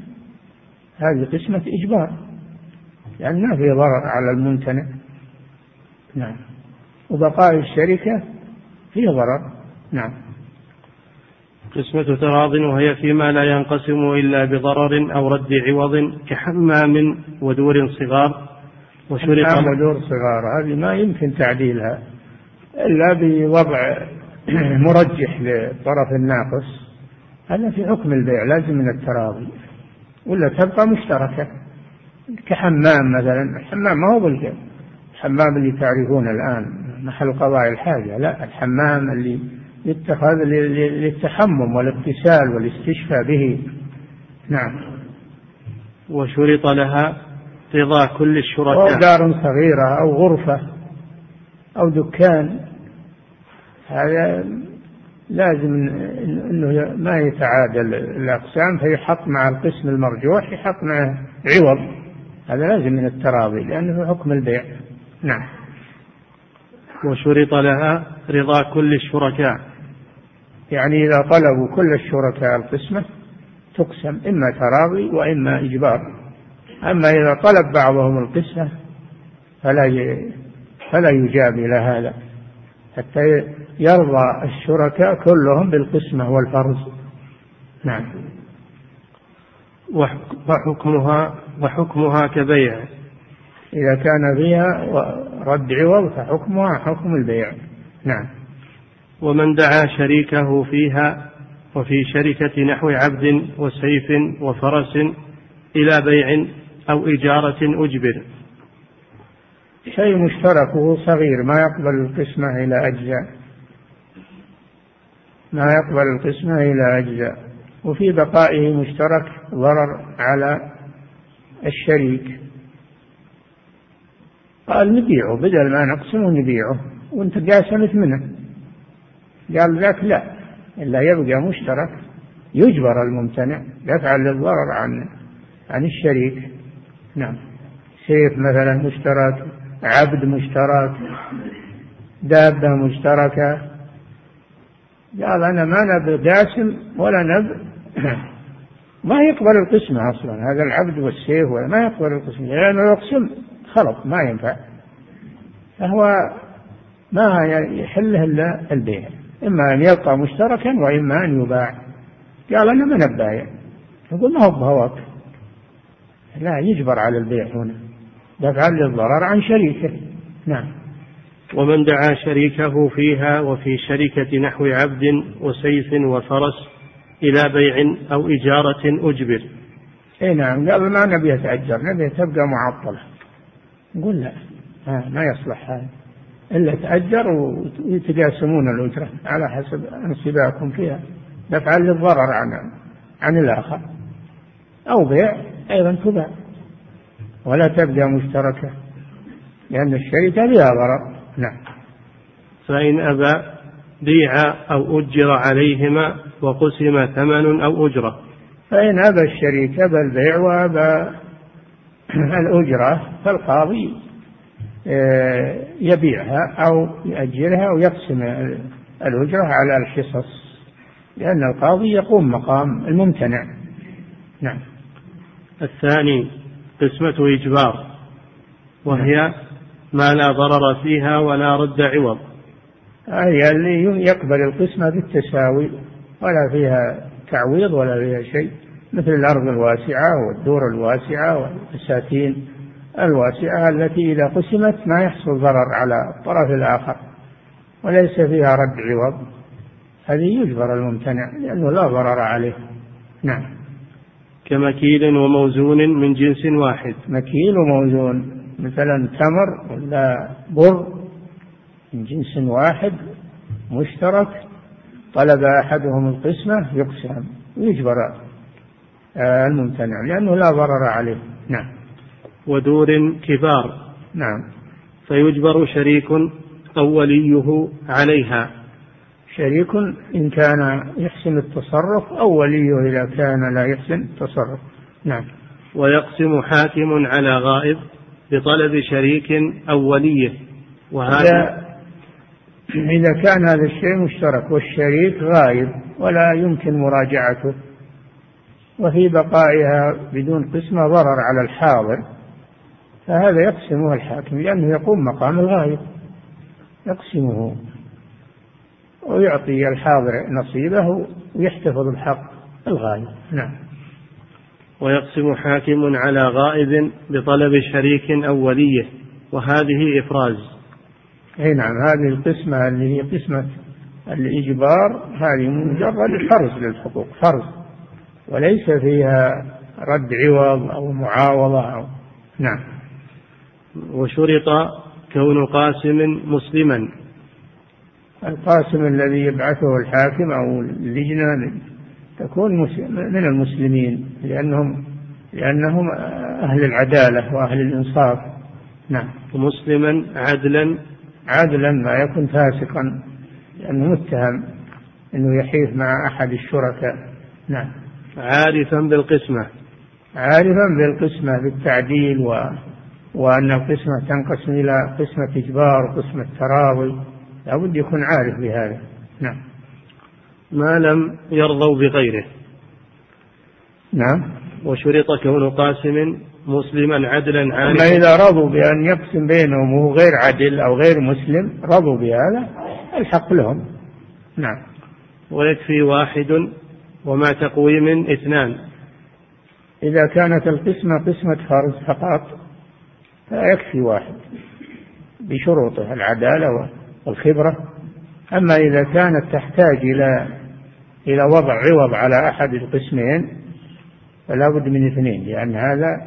قسمة إجبار، يعني ما فيه ضرر على الممتنع. نعم. وبقاء الشركة فيه ضرر. نعم. قسمة تراض وهي فيما لا ينقسم إلا بضرر أو رد عوض كحمام ودور صغار. حمام ودور صغار هذه ما يمكن تعديلها إلا بوضع مرجح للطرف الناقص، هذا في حكم البيع لازم من التراضي، ولا تبقى مشتركة. كحمام مثلا، الحمام ما هو الحمام اللي تعرفون الآن محل قضاء الحاجة، لا، الحمام اللي يتخذ للتحمم والاغتسال والاستشفاء به. نعم. وشرط لها رضا كل الشركاء، أو دار صغيرة أو غرفة أو دكان، هذا لازم أنه ما يتعادل الأقسام، فيحط مع القسم المرجوح يحط معه عوض، هذا لازم من التراضي لأنه حكم البيع. نعم. وشرط لها رضا كل الشركاء، يعني إذا طلبوا كل الشركاء القسمة تقسم إما تراضي وإما إجبار. أما إذا طلب بعضهم القسمة فلا يجاب إلى هذا حتى يرضى الشركاء كلهم بالقسمة والفرز. نعم. وحكمها كبيع، إذا كان فيها رد عوض فحكمها حكم البيع. نعم. ومن دعا شريكه فيها وفي شركة نحو عبد وسيف وفرس إلى بيع أو إجارة أجبر. شيء مشترك وهو صغير ما يقبل القسمة إلى أجزاء، وفي بقائه مشترك ضرر على الشريك، قال نبيعه، بدل ما نقسمه نبيعه وانت قاسمت منه، قال ذاك لا، إلا يبقى مشترك يجبر الممتنع يفعل للضرر عن الشريك. نعم. سيف مثلا مشترك، عبد مشترك، دابة مشتركة، قال أنا ما نبي قاسم ولا ما يقبل القسمة أصلا، هذا العبد والسيف ولا ما يقبل القسمة، لأنه يقسم خلط ما ينفع، فهو ما يحله إلا البيع، إما أن يبقى مشتركا وإما أن يباع. قال أنا ما نبايع، يقول ما هو بهواك، لا، يجبر على البيع هنا دفعا للضرر عن شريكه. نعم. ومن دعا شريكه فيها وفي شركة نحو عبد وسيف وفرس إلى بيع أو إجارة أجبر. اي نعم. قال ما نبيها تأجر، نبيها تبقى معطلة، نقول لا، ما يصلح هذا إلا تأجر ويتقاسمون الأجرة على حسب انصباكم فيها دفعا للضرر عن الآخر، أو بيع أيضا تباع ولا تبقى مشتركة لأن الشركة بها ضرر. نعم. فإن أبى بيع أو أجر عليهما وقسم ثمن أو أجرة. فإن أبى الشريك أبى البيع وأبى الأجرة فالقاضي يبيعها أو يأجرها أو يقسم الأجرة على الحصص، لأن القاضي يقوم مقام الممتنع. نعم. الثاني قسمة إجبار، وهي ما لا ضرر فيها ولا رد عوض، هي اللي يقبل القسمة بالتساوي ولا فيها تعويض ولا فيها شيء، مثل الأرض الواسعة والدور الواسعة والبساتين الواسعة التي إذا قسمت ما يحصل ضرر على الطرف الآخر وليس فيها رد عوض، هذه يجبر الممتنع لأنه لا ضرر عليه. نعم. كمكيل وموزون من جنس واحد. مكيل وموزون مثلا تمر ولا بر من جنس واحد مشترك، طلب أحدهم القسمة يقسم ويجبر الممتنع لأنه لا ضرر عليه. نعم. ودور كبار. نعم. فيجبر شريك أو وليه عليها. شريك إن كان يحسن التصرف أو وليه إذا كان لا يحسن التصرف. نعم. ويقسم حاكم على غائب بطلب شريك أو وليه، وهذا إذا كان هذا الشيء مشترك والشريك غائب ولا يمكن مراجعته، وفي بقائها بدون قسمة ضرر على الحاضر، فهذا يقسمه الحاكم لأنه يقوم مقام الغائب، يقسمه ويعطي الحاضر نصيبه ويحتفظ بحق الغائب. نعم. ويقسم حاكم على غائب بطلب شريك أو وليه، وهذه إفراز. أي نعم. هذه القسمة اللي هي قسمة الإجبار هذه مجرد فرز للحقوق، فرز وليس فيها رد عوض أو معاوضة أو. نعم. وشرط كون قاسم مسلما. القاسم الذي يبعثه الحاكم أو اللجنة تكون من المسلمين لأنهم أهل العدالة وأهل الإنصاف. نعم. مسلما عدلا ما يكون فاسقا لأنه متهم أنه يحيف مع أحد الشركاء. نعم. عارفا بالقسمة بالتعديل وأن القسمة تنقسم إلى قسمة إجبار وقسمة تراضي، لابد يكون عارف بهذا. نعم. ما لم يرضوا بغيره. نعم. وشرط كون قاسم مسلما عدلا عارفا. أما إذا رضوا بأن يقسم بينهم وهو غير عدل أو غير مسلم رضوا بهذا الحق لهم. نعم. ويكفي واحد وما تقويم 2. إذا كانت القسمة قسمة فرض فقط فيكفي واحد بشروطه العدالة والخبرة. أما إذا كانت تحتاج إلى وضع عوض على أحد القسمين فلا بد من 2، لأن هذا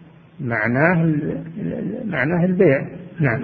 معناه البيع. نعم.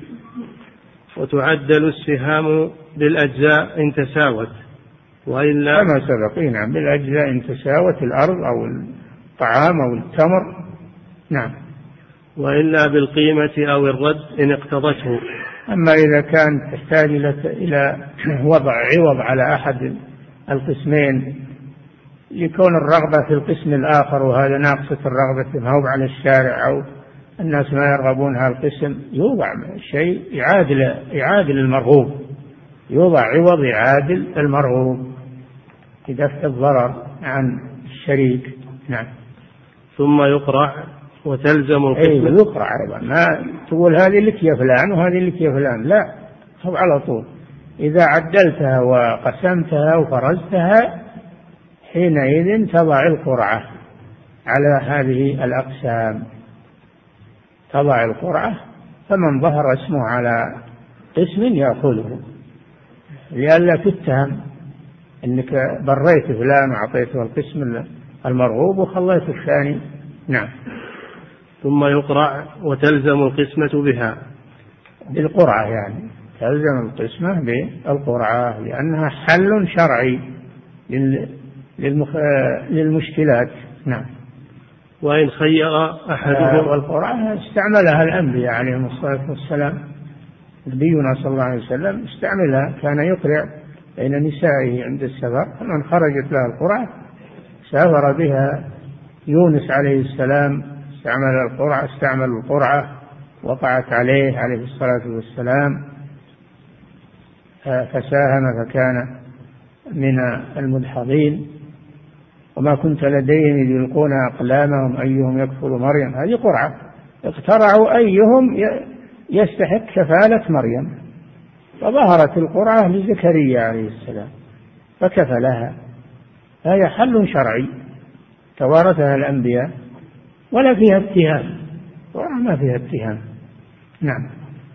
وتعدل السهام بالأجزاء إن تساوت، وإلا كما سبق. نعم. بالأجزاء إن تساوت الأرض أو الطعام أو التمر. نعم. وإلا بالقيمة أو الرد إن اقتضته. أما إذا كان تحتاج إلى وضع عوض على أحد القسمين يكون الرغبة في القسم الآخر وهذا ناقصة الرغبة، ما هو على الشارع أو الناس ما يرغبون هذا القسم، يوضع شيء يعادل المرغوب، يوضع عوض يعادل المرغوب لدفع الضرر عن الشريك. نعم. ثم يقرع وتلزم القسمة. يقرع أيضا، ما تقول هذه لك يا فلان وهذه لك يا فلان، لا، هو على طول إذا عدلتها وقسمتها وفرزتها حينئذ تضع القرعة على هذه الأقسام، تضع القرعة، فمن ظهر اسمه على قسم يأخذه لئلا تتهم أنك بريت فلان وأعطيته القسم المرغوب وخليت الثاني. نعم. ثم يقرع وتلزم القسمة بها، بالقرعة، يعني تلزم القسمة بالقرعة لأنها حل شرعي للمشكلات. نعم. وإن خير أحدهم. والقرعة استعملها الأنبياء عليهم الصلاة والسلام، نبينا صلى الله عليه وسلم استعملها، كان يقرع بين نسائه عند السفر، فمن خرجت له القرعة سافر بها يونس عليه السلام، استعمل القرعة وقعت عليه عليه الصلاة والسلام فساهم فكان من المدحضين. وما كنت لديهم إذ يلقون أقلامهم أيهم يكفل مريم، هذه قرعة اقترعوا أيهم يستحق كفالة مريم، فظهرت القرعة لزكريا عليه السلام فكفلها، فهي حل شرعي توارثها الأنبياء ولا فيها اتهام، ما فيها اتهام. نعم.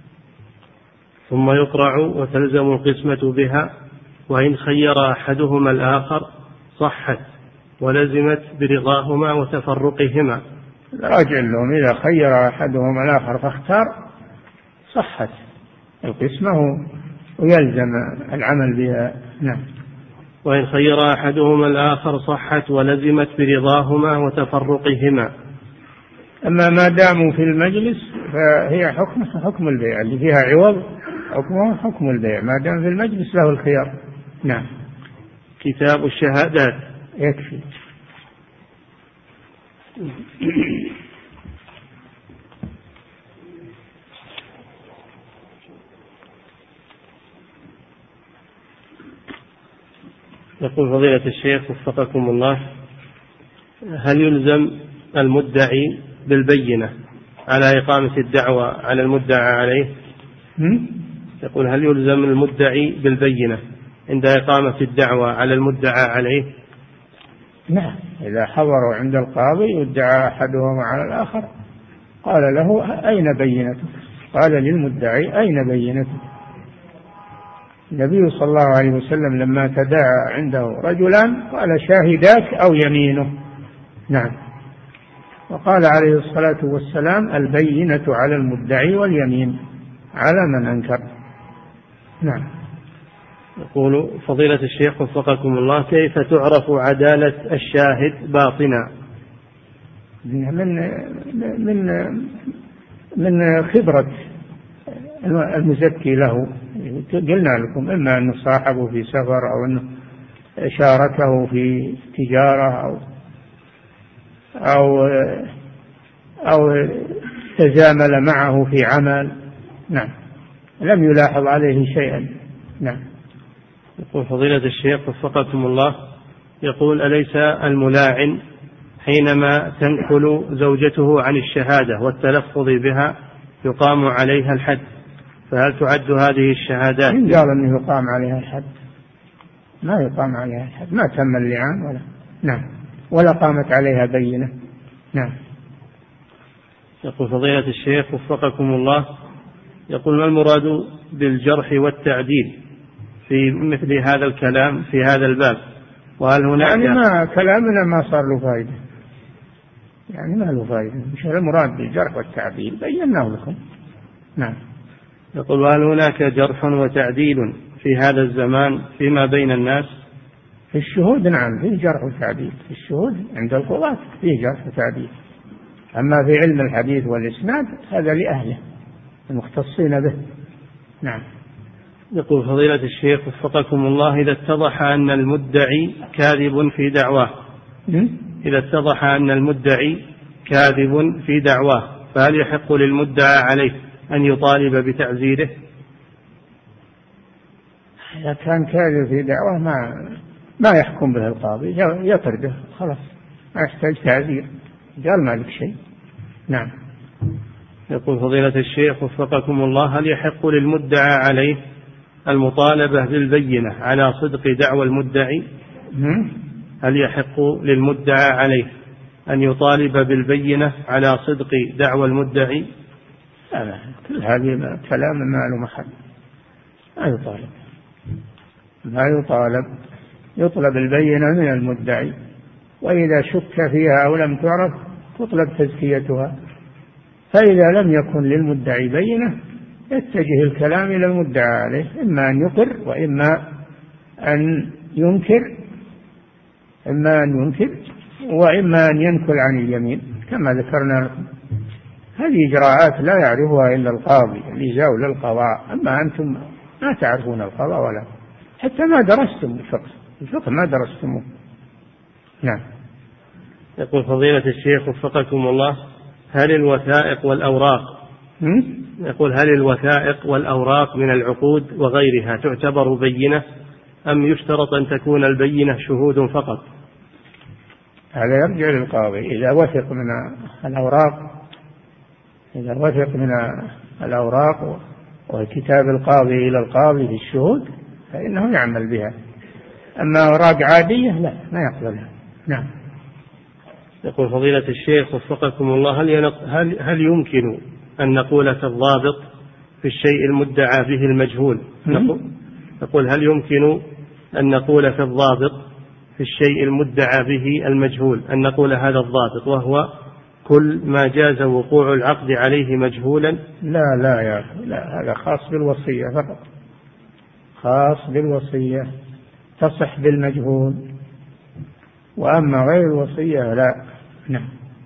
ثم يقرع وتلزم القسمة بها، وإن خير أحدهما الآخر صحت ولزمت برضاهما وتفرقهما. راجع لهم إذا خير أحدهما الآخر فاختار صحت القسمة ويلزم العمل بها. نعم. وإن خير أحدهما الآخر صحت ولزمت برضاهما وتفرقهما. أما ما داموا في المجلس فهي حكم البيع، اللي فيها عوض حكمه حكم البيع ما دام في المجلس له الخيار. نعم. كتاب الشهادات. يكفي. يقول فضيلة الشيخ وفقكم الله: هل يلزم المدعي بالبينة على إقامة الدعوة على المدعى عليه؟ يقول: هل يلزم المدعي بالبينة عند إقامة الدعوة على المدعى عليه؟ نعم، إذا حضروا عند القاضي وادعى أحدهما على الآخر قال له: أين بينتك؟ قال للمدعي: أين بينتك؟ النبي صلى الله عليه وسلم لما تداعى عنده رجلان قال: شاهداك أو يمينه. نعم. وقال عليه الصلاة والسلام: البينة على المدعي واليمين على من أنكر. نعم. يقول فضيلة الشيخ وفقكم الله: كيف تعرف عدالة الشاهد باطنا؟ من خبرة المزكي له. قلنا لكم إما أنه صاحبه في سفر أو أنه شاركه في تجارة أو تزامل معه في عمل. نعم. لم يلاحظ عليه شيئا. نعم. يقول فضيلة الشيخ وفقكم الله: يقول: أليس الملاعن حينما تنكل زوجته عن الشهادة والتلفظ بها يقام عليها الحد، فهل تعد هذه الشهادات؟ من قال أنه يقام عليها الحد؟ ما يقام عليها الحد، ما تم اللعان ولا. نعم. ولا قامت عليها بينة. نعم. يقول فضيلة الشيخ وفقكم الله: يقول: ما المراد بالجرح والتعديل في مثل هذا الكلام في هذا الباب؟ وهل هناك يعني ما كلامنا ما صار له فائدة، يعني ما له فائدة. مش المراد بالجرح والتعديل بيناه لكم. نعم. يقول: وهل هناك جرح وتعديل في هذا الزمان فيما بين الناس؟ في الشهود نعم في جرح وتعديل، في الشهود عند القضاة فيه جرح وتعديل. أما في علم الحديث والإسناد هذا لأهله المختصين به. نعم. يقول فضيلة الشيخ وفقكم الله: إذا اتضح أن المدعي كاذب في دعواه، إذا اتضح أن المدعي كاذب في دعواه، فهل يحق للمدعى عليه أن يطالب بتعزيره؟ إذا كان كاذب في دعواه ما يحكم به القاضي، يطرده خلاص، ما يحتاج تعزير، قال ما لك شيء. نعم. يقول فضيلة الشيخ وفقكم الله: هل يحق للمدعى عليه المطالبة بالبينة على صدق دعوى المدعي؟ هل يحق للمدعى عليه أن يطالب بالبينة على صدق دعوى المدعي؟ لا، كل هذه كلام ما له محل، ما يطالب، يطلب البينة من المدعي، وإذا شك فيها أو لم تعرف تطلب تزكيتها. فإذا لم يكن للمدعي بينة يتجه الكلام إلى المدعى عليه، إما أن يقر وإما أن ينكر، وإما أن ينكل عن اليمين كما ذكرنا لكم. هذه إجراءات لا يعرفها إلا القاضي اللي جاء للقضاء، أما أنتم ما تعرفون القضاء ولا حتى ما درستم الفقه ما درستموه. نعم. يقول فضيلة الشيخ وفقكم الله، هل الوثائق والأوراق يقول هل الوثائق والأوراق من العقود وغيرها تعتبر بينة أم يشترط أن تكون البينة شهود فقط؟ هذا يرجع للقاضي. إذا وثق من الأوراق وكتاب القاضي إلى القاضي في الشهود فإنه يعمل بها. أما أوراق عادية لا، ما يقبلها. نعم. يقول فضيلة الشيخ وفقكم الله، هل يمكن أن نقول في الضابط في الشيء المدعى به المجهول؟ نقول هل يمكن أن نقول في الضابط في الشيء المدعى به المجهول أن نقول هذا الضابط وهو كل ما جاز وقوع العقد عليه مجهولا؟ لا يا أخي، لا، هذا خاص بالوصية فقط، خاص بالوصية تصح بالمجهول، وأما غير الوصية لا. نعم.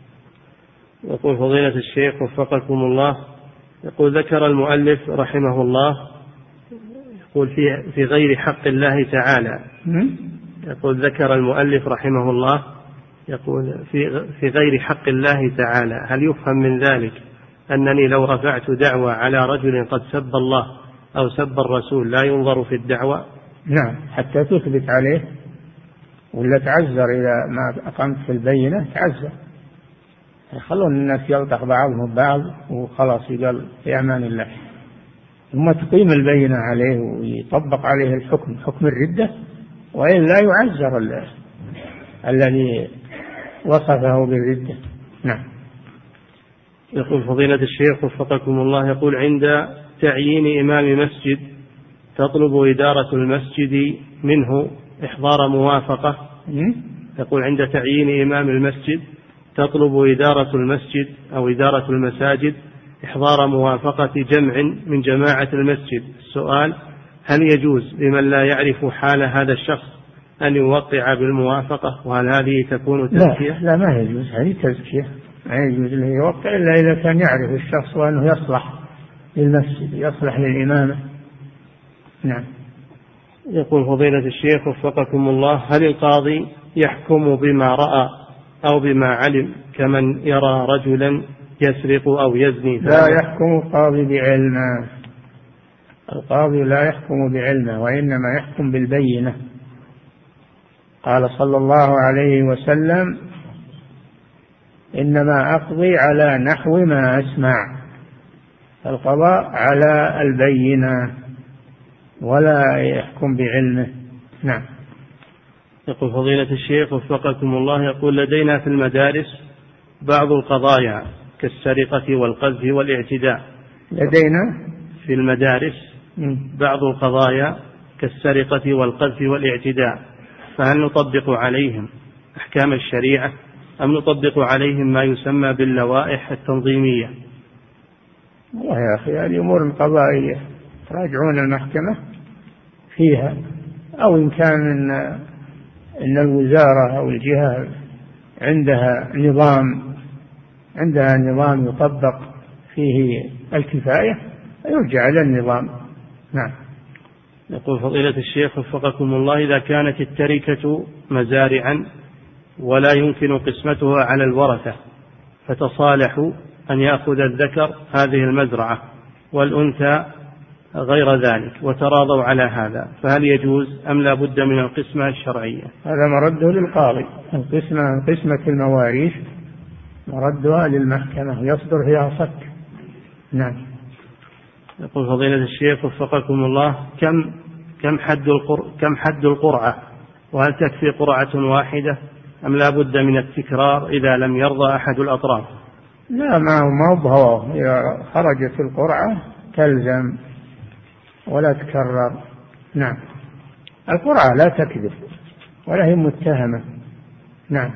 يقول فضيلة الشيخ وفقكم الله، يقول ذكر المؤلف رحمه الله يقول في غير حق الله تعالى، يقول ذكر المؤلف رحمه الله يقول في غير حق الله تعالى، هل يفهم من ذلك أنني لو رفعت دعوى على رجل قد سب الله أو سب الرسول لا ينظر في الدعوى؟ نعم، حتى تثبت عليه، ولا تعذر إذا ما أقمت في البينة، تعذر، يخلون الناس يلتق بعضهم ببعض وخلاص يقال في أمان الله، ثم تقيم البينة عليه ويطبق عليه الحكم، حكم الردة، وإلا يعذر الذي وصفه بالردة. نعم. يقول فضيلة الشيخ وفقكم الله، يقول عند تعيين إمام مسجد تطلب إدارة المسجد منه إحضار موافقة. يقول عند تعيين إمام المسجد تطلب إدارة المسجد أو إدارة المساجد إحضار موافقة جمع من جماعة المسجد. السؤال: هل يجوز لمن لا يعرف حال هذا الشخص أن يوقع بالموافقة؟ وهل هذه تكون تزكية؟ لا ما يجوز، هذه تزكية، ما يجوز له يوقع إلا إذا كان يعرف الشخص وأنه يصلح للمسجد، يصلح للإمامة. نعم. يقول فضيلة الشيخ وفقكم الله، هل القاضي يحكم بما رأى أو بما علم كمن يرى رجلا يسرق أو يزني؟ لا يحكم القاضي بعلمه، القاضي لا يحكم بعلمه، وإنما يحكم بالبينة. قال صلى الله عليه وسلم: إنما أقضي على نحو ما أسمع، القضاء على البينة ولا يحكم بعلمه. نعم. يقول فضيلة الشيخ وفقكم الله، يقول لدينا في المدارس بعض القضايا كالسرقة والقذف والاعتداء. لدينا في المدارس بعض القضايا كالسرقة والقذف والاعتداء، فهل نطبق عليهم أحكام الشريعة أم نطبق عليهم ما يسمى باللوائح التنظيمية؟ والله يا أخي، هذه أمور القضائية تراجعون المحكمة فيها، أو إن كان إن الوزارة أو الجهة عندها نظام يطبق فيه الكفاية يرجع إلى النظام. نعم. يقول فضيلة الشيخ وفقكم الله، إذا كانت التركة مزارعا ولا يمكن قسمتها على الورثة، فتصالحوا أن يأخذ الذكر هذه المزرعة والأنثى غير ذلك وتراضوا على هذا، فهل يجوز أم لا بد من القسمة الشرعية؟ هذا مرده للقاضي، قسمة المواريث مردها للمحكمة يصدر فيها صك. نعم. يقول فضيلة الشيخ وفقكم الله، كم حد القرعة؟ وهل تكفي قرعة واحدة أم لا بد من التكرار إذا لم يرضى أحد الأطراف؟ لا، ما هو إذا خرجت القرعة تلزم ولا تكرر. نعم. القرعة لا تكذب ولا هي متهمة. نعم.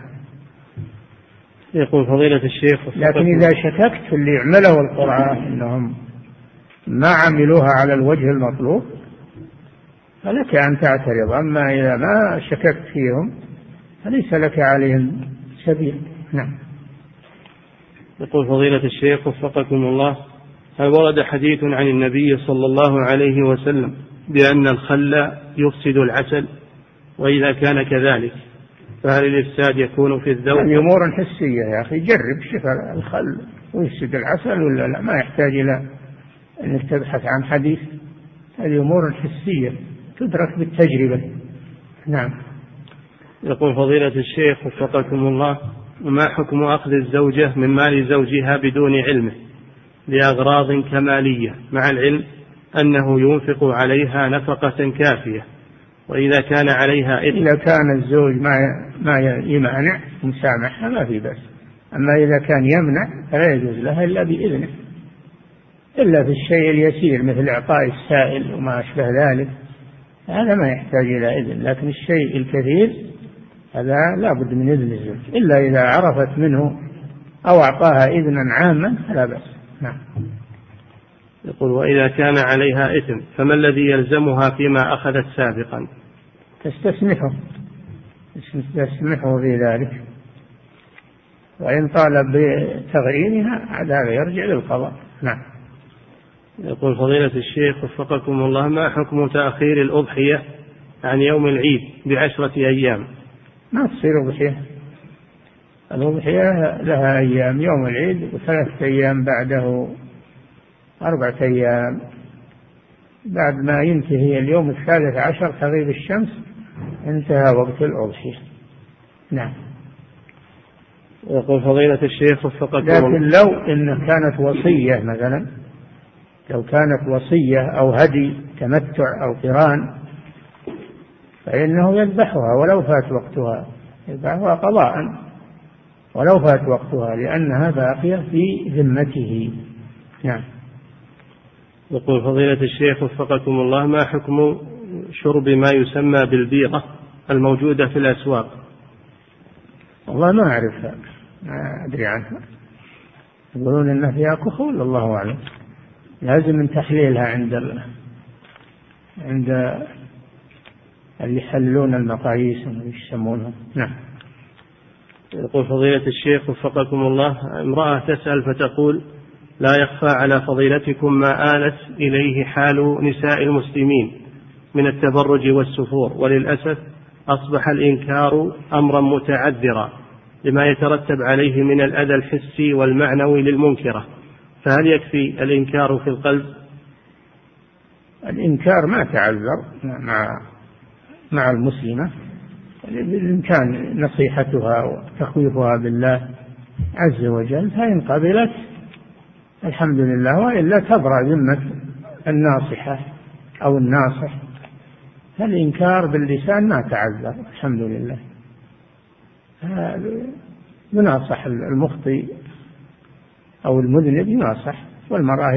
يقول فضيلة الشيخ، لكن إذا شككت في اللي عملوا القرعة إنهم ما عملوها على الوجه المطلوب فلك أن تعترض، أما إذا ما شككت فيهم فليس لك عليهم سبيل. نعم. يقول فضيلة الشيخ وفقكم الله، هل ورد حديث عن النبي صلى الله عليه وسلم بأن الخل يفسد العسل؟ وإذا كان كذلك فهل الإفساد يكون في الذوق؟ هذه أمور حسية يا أخي، جرب شوف الخل ويفسد العسل ولا لا، ما يحتاج إلى أنك تبحث عن حديث، هذه أمور حسية تدرك بالتجربة. نعم. يقول فضيلة الشيخ وفقكم الله: ما حكم أخذ الزوجة من مال زوجها بدون علمه لأغراض كمالية، مع العلم أنه ينفق عليها نفقة كافية، وإذا كان عليها إثم؟ إذا كان الزوج ما يمانع مسامحها ما في بأس، أما إذا كان يمنع فلا يجوز لها إلا بإذنه، إلا في الشيء اليسير مثل إعطاء السائل وما أشبه ذلك، هذا ما يحتاج إلى إذن. لكن الشيء الكثير هذا لا بد من إذن الزوج، إلا إذا عرفت منه أو أعطاها إذنا عاما فلا بأس. نعم. يقول: وإذا كان عليها إثم فما الذي يلزمها فيما أخذت سابقا؟ تستسمحه في ذلك، وإن طالب بتغريمها هذا يرجع للقضاء. نعم. يقول فضيلة الشيخ وفقكم الله: ما حكم تأخير الأضحية عن يوم العيد ب10 أيام؟ ما تصير أضحية، الأضحية لها أيام، يوم العيد و3 أيام بعده 4 أيام، بعد ما ينتهي اليوم 13 تغيب الشمس انتهى وقت الأضحية. نعم. يقول فضيلة الشيخ وفقكم الله: لكن لو إن كانت وصية مثلا، لو كانت وصية أو هدي تمتع أو قران فإنه يذبحها ولو فات وقتها، يذبحها قضاء ولو فات وقتها، لأنها باقية في ذمته. نعم. يقول فضيلة الشيخ وفقكم الله: ما حكم شرب ما يسمى بالبيرة الموجودة في الأسواق؟ والله ما أعرفها، ما أدري عنها، يقولون إن فيها كحول، الله أعلم، لازم من تحليلها عند اللي يحللون المقاييس ويسمونهم. نعم. يقول فضيلة الشيخ وفقكم الله: امرأة تسأل فتقول: لا يخفى على فضيلتكم ما آلت إليه حال نساء المسلمين من التبرج والسفور، وللأسف أصبح الإنكار أمرا متعذرا لما يترتب عليه من الأذى الحسي والمعنوي للمنكرة، فهل يكفي الإنكار في القلب؟ الإنكار ما تعذر مع المسلمة، بالإمكان نصيحتها وتخويفها بالله عز وجل، فإن قبلت الحمد لله، وإلا تبرأ ذمة الناصحة أو الناصح. فالإنكار باللسان ما تعذر الحمد لله، يناصح المخطئ أو المذنب يناصح، والمرأة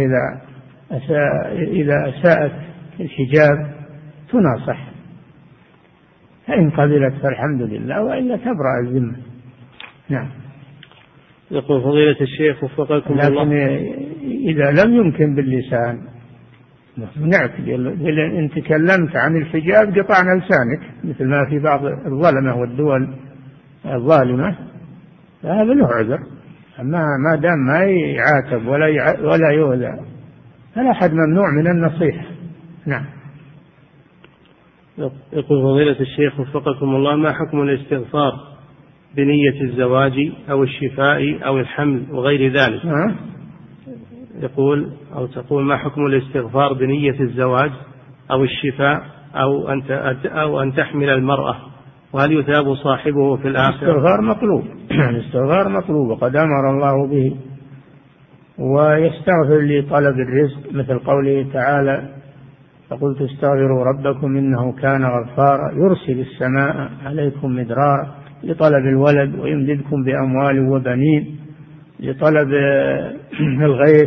إذا أساءت الحجاب تناصح، فإن قبلت فالحمد لله، وإلا تبرأ الذمة. نعم. يقول فضيلة الشيخ وفقكم الله: لكن إذا لم يمكن باللسان نعتقل، إن تكلمت عن الحجاب قطعنا لسانك، مثل ما في بعض الظلمة والدول الظالمة، فهذا له عذر. أما ما دام ما يعاتب ولا يؤذى فلا أحد ممنوع من النصيحة. نعم. يقول فضيلة الشيخ وفقكم الله: ما حكم الاستغفار بنية الزواج أو الشفاء أو الحمل وغير ذلك؟ تقول ما حكم الاستغفار بنية الزواج أو الشفاء أو أن تحمل المرأة، وهل يثاب صاحبه في الآخرة؟ الاستغفار مطلوب، الاستغفار مطلوب وقد أمر الله به، ويستغفر لطلب الرزق مثل قوله تعالى: فقلت استغفروا ربكم إنه كان غفارا يرسل السماء عليكم مدرارا لطلب الولد ويمددكم بأموال وبنين، لطلب الغيث،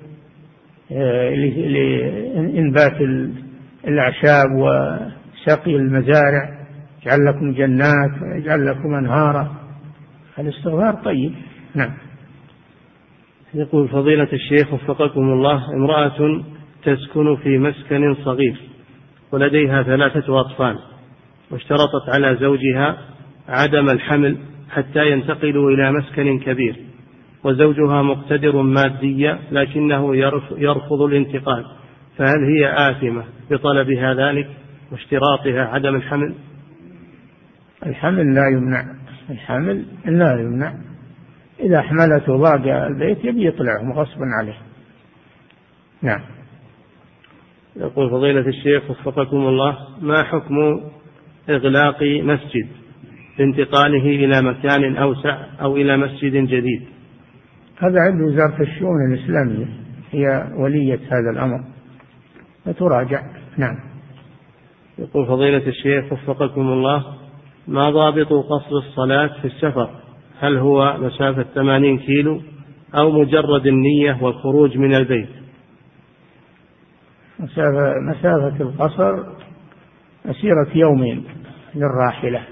لإنبات الأعشاب وسقي المزارع، يجعل لكم جنات ويجعل لكم أنهارا. الاستغفار طيب. نعم. يقول فضيلة الشيخ وفقكم الله: امرأة تسكن في مسكن صغير ولديها 3 أطفال، واشترطت على زوجها عدم الحمل حتى ينتقلوا إلى مسكن كبير، وزوجها مقتدر ماديا لكنه يرفض الانتقال، فهل هي آثمة بطلبها ذلك واشتراطها عدم الحمل؟ الحمل لا يمنع، الحمل لا يمنع، إذا حملته ضاق البيت يبي يطلعهم غصبا عليه. نعم. يقول فضيلة الشيخ وفقكم الله: ما حكم إغلاق مسجد لانتقاله إلى مكان أوسع أو إلى مسجد جديد؟ هذا عند وزارة الشؤون الإسلامية، هي ولية هذا الأمر فتراجع. نعم. يقول فضيلة الشيخ وفقكم الله: ما ضابط قصر الصلاة في السفر؟ هل هو مسافة 80 كيلو أو مجرد النية والخروج من البيت؟ مسافة القصر مسيرة يومين للراحلة،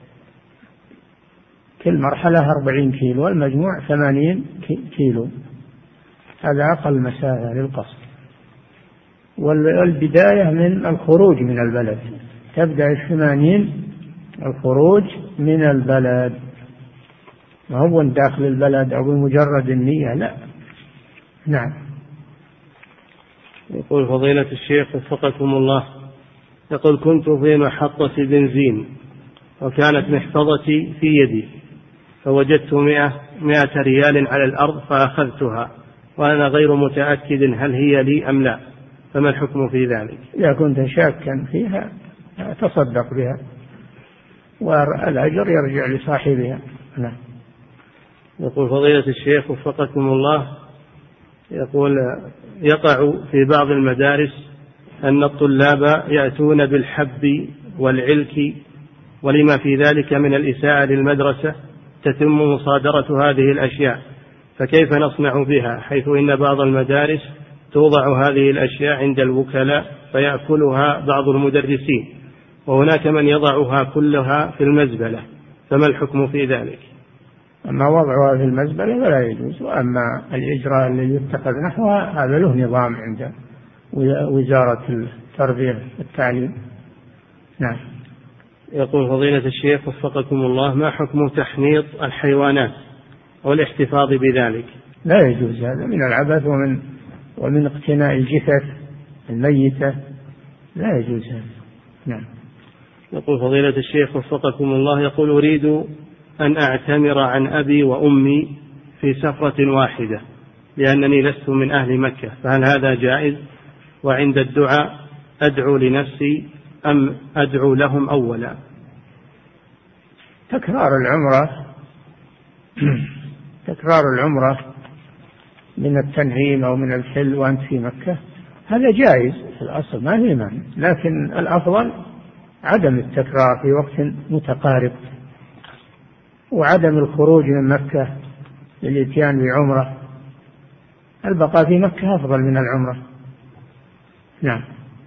كل مرحلة 40 كيلو والمجموع 80 كيلو، هذا أقل مسافة للقصر. والبداية من الخروج من البلد، تبدأ 80 الخروج من البلد، ما هو داخل البلد أو بمجرد النية، لا. نعم. يقول فضيلة الشيخ وفقكم الله: يقول كنت في محطة بنزين وكانت محفظتي في يدي، فوجدت 100 ريال على الأرض فأخذتها وأنا غير متأكد هل هي لي أم لا، فما الحكم في ذلك؟ إذا كنت شاكا فيها تصدق بها والأجر يرجع لصاحبها. نعم. يقول فضيلة الشيخ وفقكم الله: يقول يقع في بعض المدارس أن الطلاب يأتون بالحب والعلك ولما في ذلك من الإساءة للمدرسة تتم مصادرة هذه الأشياء، فكيف نصنع بها، حيث إن بعض المدارس توضع هذه الأشياء عند الوكلاء فيأكلها بعض المدرسين، وهناك من يضعها كلها في المزبلة، فما الحكم في ذلك؟ أما وضعها في المزبلة فلا يجوز، وأما الإجراء الذي يتخذ نحوها هذا له نظام عند وزارة التربية والتعليم. نعم. يقول فضيلة الشيخ وفقكم الله: ما حكم تحنيط الحيوانات والاحتفاظ بذلك؟ لا يجوز، هذا من العبث ومن اقتناء الجثث الميتة، لا يجوز هذا. نعم. يقول فضيلة الشيخ وفقكم الله: يقول أريد أن أعتمر عن أبي وأمي في سفرة واحدة لأنني لست من أهل مكة، فهل هذا جائز؟ وعند الدعاء أدعو لنفسي أم أدعو لهم أولا؟ تكرار العمرة من التنعيم أو من الحل وأنت في مكة هذا جائز في الأصل، ما في مانع، لكن الأفضل عدم التكرار في وقت متقارب، وعدم الخروج من مكة للإتيان بعمرة، البقاء في مكة أفضل من العمرة. نعم.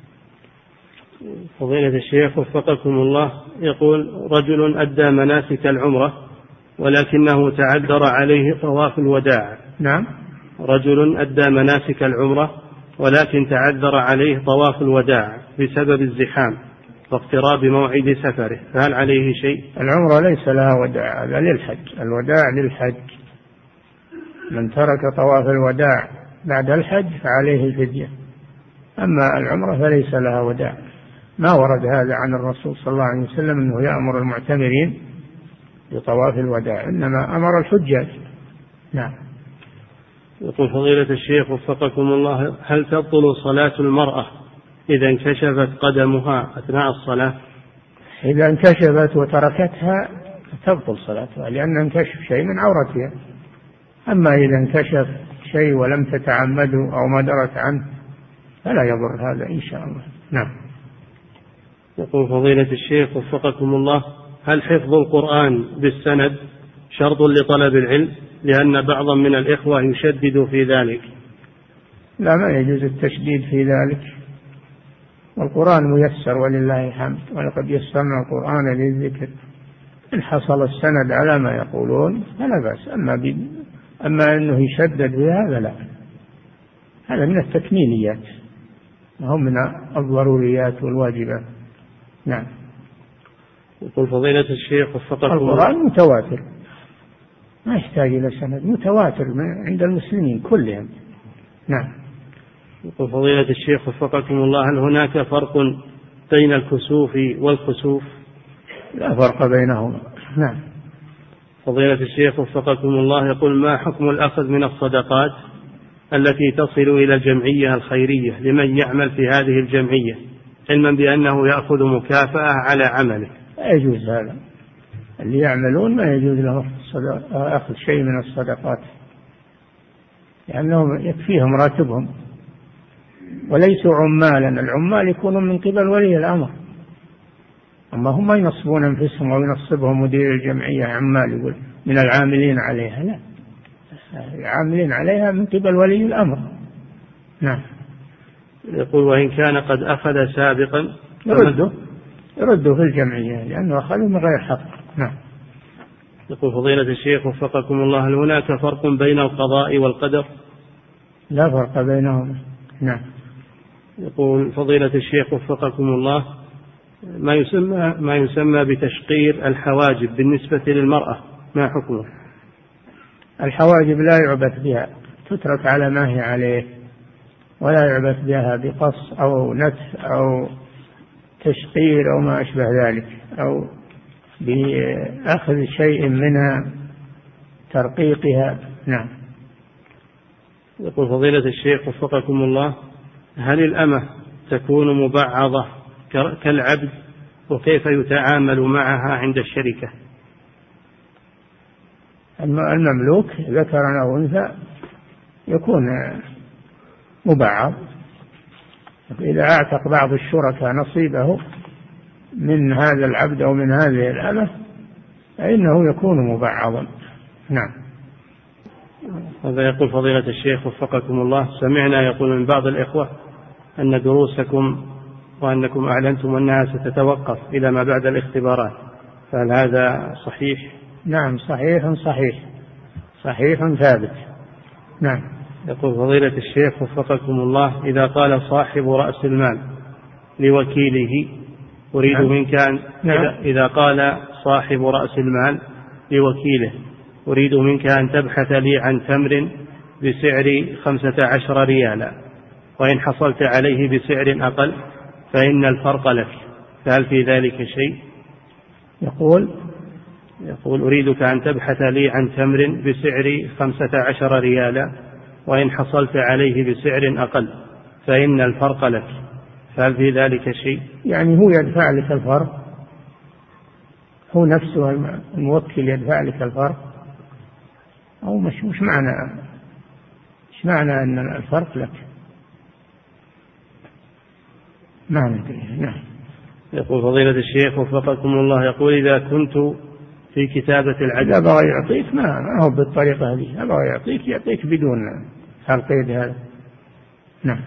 فضيلة الشيخ وفقكم الله: يقول رجل أدى مناسك العمرة ولكنه تعذر عليه طواف الوداع. نعم. رجل أدى مناسك العمرة ولكن تعذر عليه طواف الوداع بسبب الزحام واقتراب موعد سفره، فهل عليه شيء؟ العمرة ليس لها وداع، هذا للحج، الوداع للحج، من ترك طواف الوداع بعد الحج فعليه الفدية، أما العمرة فليس لها وداع، ما ورد هذا عن الرسول صلى الله عليه وسلم أنه يأمر المعتمرين بطواف الوداع، إنما أمر الحجاج. نعم. يقول فضيلة الشيخ وفقكم الله: هل تبطل صلاة المرأة إذا انكشفت قدمها أثناء الصلاة؟ إذا انكشفت وتركتها تبطل صلاتها، لأن انكشف شيء من عورتها، أما إذا انكشف شيء ولم تتعمده أو ما درت عنه فلا يضر هذا إن شاء الله. نعم. يقول فضيلة الشيخ وفقكم الله: هل حفظ القرآن بالسند شرط لطلب العلم؟ لأن بعضا من الإخوة يشدد في ذلك. لا، ما يجوز التشديد في ذلك، والقرآن ميسر ولله الحمد، ولقد يسرنا القرآن للذكر، إن حصل السند على ما يقولون فلا بأس، أما أنه يشدد في هذا لا، هذا من التكميليات وهم من الضروريات والواجبات. نعم. يقول فضيلة الشيخ وفقكم الله: القرآن متواتر ما يحتاج إلى سند، متواتر عند المسلمين كلهم. نعم. يقول فضيلة الشيخ وفقكم الله: هل هناك فرق بين الكسوف والخسوف؟ لا فرق بينهما. نعم. فضيلة الشيخ وفقكم الله، يقول: ما حكم الأخذ من الصدقات التي تصل إلى الجمعية الخيرية لمن يعمل في هذه الجمعية، علما بأنه يأخذ مكافأة على عمله؟ لا يجوز هذا. اللي يعملون ما يجوز لهم أخذ شيء من الصدقات، لأنهم يكفيهم راتبهم وليسوا عمالا. العمال يكونون من قبل ولي الأمر، أما هم ما ينصبون أنفسهم أو ينصبهم مدير الجمعية عمال يقول من العاملين عليها، لا، العاملين عليها من قبل ولي الأمر. نعم. يقول: وإن كان قد أخذ سابقا يرده في الجمعية لأنه أخذ من غير حق. نعم. يقول: فضيلة الشيخ وفقكم الله، هل هناك فرق بين القضاء والقدر؟ لا فرق بينهما. نعم. يقول: فضيلة الشيخ وفقكم الله، ما يسمى بتشقير الحواجب بالنسبة للمرأة ما حكمه؟ الحواجب لا يعبث بها، تترك على ما هي عليه، ولا يعبث بها بقص أو نتف أو تشقير أو ما أشبه ذلك، أو بأخذ شيء منها ترقيقها. نعم. يقول: فضيلة الشيخ وفقكم الله، هل الأمة تكون مبعضة كالعبد، وكيف يتعامل معها عند الشركة؟ المملوك ذكرا أو أنثى يكون مبعض، إذا أعتق بعض الشركاء نصيبه من هذا العبد أو من هذه الأمة فإنه يكون مبعضا. نعم. هذا يقول: فضيلة الشيخ وفقكم الله، سمعنا يقول من بعض الإخوة أن دروسكم وأنكم أعلنتم أنها ستتوقف إلى ما بعد الاختبارات، فهل هذا صحيح؟ نعم، صحيح ثابت. نعم. يقول: فضيلة الشيخ وفقكم الله، إذا قال صاحب رأس المال لوكيله أريد منك أن إذا قال صاحب رأس المال لوكيله أريد منك أن تبحث لي عن تمر بسعر 15 ريالا، وإن حصلت عليه بسعر أقل فإن الفرق لك، فهل في ذلك شيء؟ يقول أريدك أن تبحث لي عن تمر بسعر 15 ريالا، وإن حصلت عليه بسعر أقل فإن الفرق لك، فهل في ذلك شيء؟ يعني هو يدفع لك الفرق، هو نفسه الموكل يدفع لك الفرق، أو مش معنى أن الفرق لك؟ ما ندري. نعم. يقول: فضيلة الشيخ وفقكم الله، يقول: إذا كنت في كتابة العدل إذا بغى يعطيك ما هو بالطريقة هذه، أبغى يعطيك بدون القيد هذا. نعم.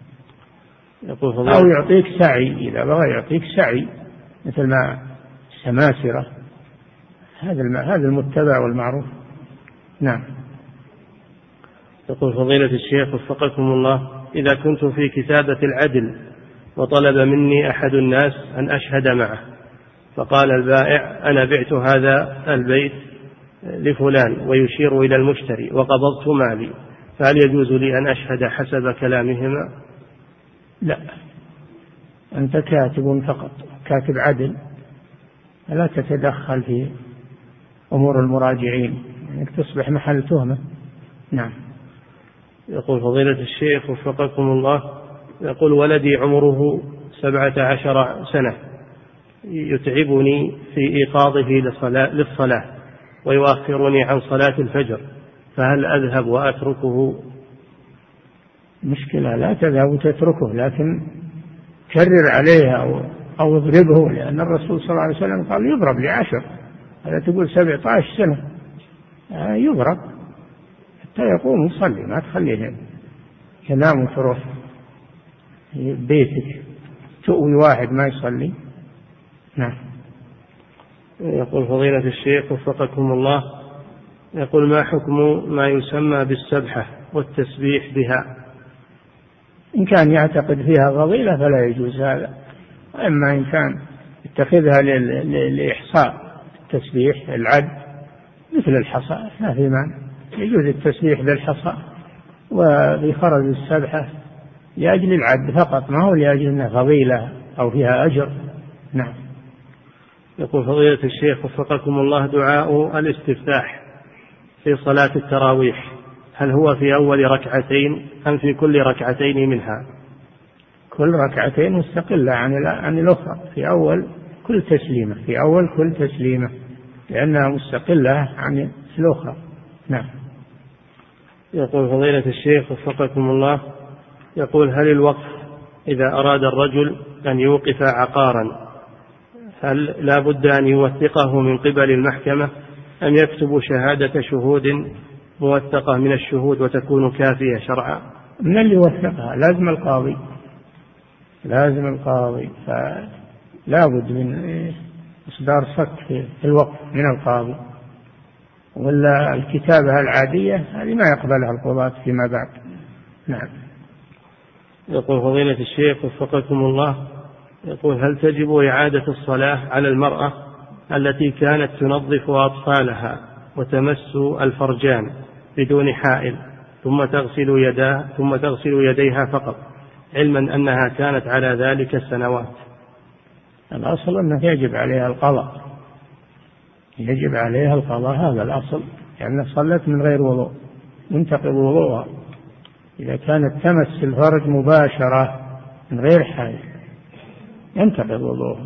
أو يعطيك سعي، إذا بغى يعطيك سعي مثل ما سماسرة، هذا المتبع والمعروف. نعم. يقول: فضيلة الشيخ وفقكم الله، إذا كنت في كتابة العدل وطلب مني أحد الناس أن أشهد معه، فقال البائع: أنا بعت هذا البيت لفلان، ويشير إلى المشتري، وقبضت مالي، فهل يجوز لي أن أشهد حسب كلامهما؟ لا، أنت كاتب فقط، كاتب عدل، لا تتدخل في أمور المراجعين، أنك تصبح محل تهمة. نعم. يقول: فضيلة الشيخ وفقكم الله، يقول: ولدي عمره 17 سنة، يتعبني في إيقاظه للصلاة ويؤخرني عن صلاة الفجر، فهل أذهب وأتركه؟ مشكلة، لا تذهب وتتركه، لكن كرر عليه أو اضربه، لأن الرسول صلى الله عليه وسلم قال يضرب ل10، هذا تقول 17 سنة يضرب حتى يقوم يصلي، ما تخليه ينام وتروح بيتك تؤوي واحد ما يصلي. نعم. يقول: فضيلة الشيخ وفقكم الله، يقول: ما حكم ما يسمى بالسبحة والتسبيح بها؟ إن كان يعتقد فيها فضيلة فلا يجوز هذا، أما إن كان يتخذها لإحصاء التسبيح العد مثل الحصى ما في مانع، يجوز التسبيح بالحصى وبخرز السبحة لأجل العد فقط، ما هو لأجل أنها فضيلة أو فيها أجر. نعم. يقول فضيلة الشيخ وفقكم الله، دعاء الاستفتاح في صلاة التراويح هل هو في أول ركعتين أم في كل ركعتين منها؟ كل ركعتين مستقلة عن الأخرى، في أول كل تسليمة لأنها مستقلة عن الأخرى. نعم. يقول فضيلة الشيخ وفقكم الله، يقول هل الوقف إذا أراد الرجل أن يوقف عقارا هل لا بد أن يوثقه من قبل المحكمة أم يكتب شهادة شهود موثقة من الشهود وتكون كافية شرعا؟ من اللي يوثقها؟ لازم القاضي، فلا بد من إصدار صك في الوقف من القاضي، ولا الكتابة العادية هذه ما يقبلها القضاة فيما بعد. نعم. يقول فضيلة الشيخ وفقكم الله، يقول هل تجب إعادة الصلاة على المرأة التي كانت تنظف أطفالها وتمس الفرجان بدون حائل ثم تغسل يديها فقط، علما أنها كانت على ذلك سنوات؟ الأصل أنه يجب عليها القضاء، هذا الأصل، لأنها صلت من غير وضوء، ينتقض وضوءها إذا كانت تمس الفرج مباشرة من غير حائل، ينتقض وضوءها.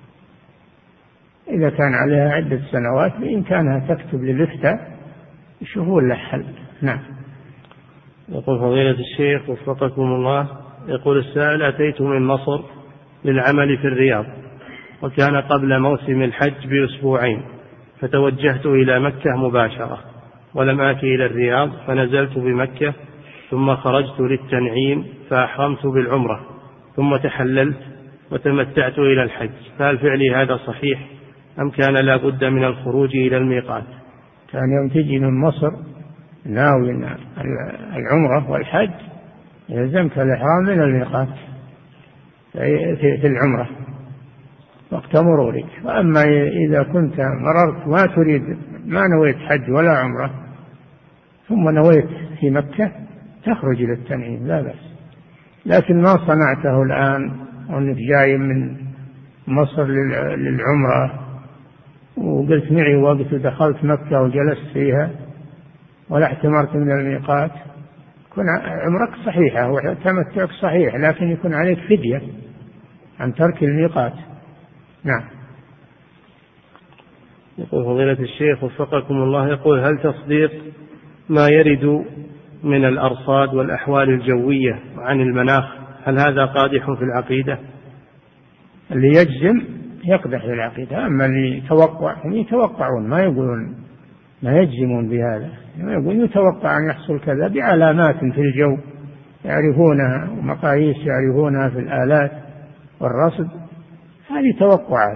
إذا كان عليها عدة سنوات بإمكانها تكتب للإفتاء يشوفون له حل. نعم. يقول فضيلة الشيخ وفقكم الله، يقول السائل أتيت من مصر للعمل في الرياض وكان قبل موسم الحج بأسبوعين، فتوجهت إلى مكة مباشرة ولم آتي إلى الرياض، فنزلت بمكة ثم خرجت للتنعيم فأحرمت بالعمرة ثم تحللت وتمتعت إلى الحج، فهل فعلي هذا صحيح أم كان لا بد من الخروج إلى الميقات؟ كان يوم تجي من مصر ناوي العمرة والحج يلزمك الإحرام من الميقات في العمرة وقت مرورك. وأما إذا كنت مررت ما نويت حج ولا عمرة ثم نويت في مكة تخرج إلى التنعيم لا بأس. لكن ما صنعته الآن وأنك جاي من مصر للعمرة وقلت معي وقت ودخلت مكة وجلست فيها ولا اعتمرت من الميقات، يكون عمرك صحيحة وتمتعك صحيح، لكن يكون عليك فدية عن ترك الميقات. نعم. يقول فضيلة الشيخ وفقكم الله، يقول هل تصديق ما يرد من الأرصاد والأحوال الجوية عن المناخ هل هذا قادح في العقيدة؟ اللي يجزم يقدح في العقيدة، أما اللي يتوقع هم يتوقعون، ما يجزمون بهذا، يقول يتوقع أن يحصل كذا بعلامات في الجو يعرفونها ومقاييس يعرفونها في الآلات والرصد، هذه توقعات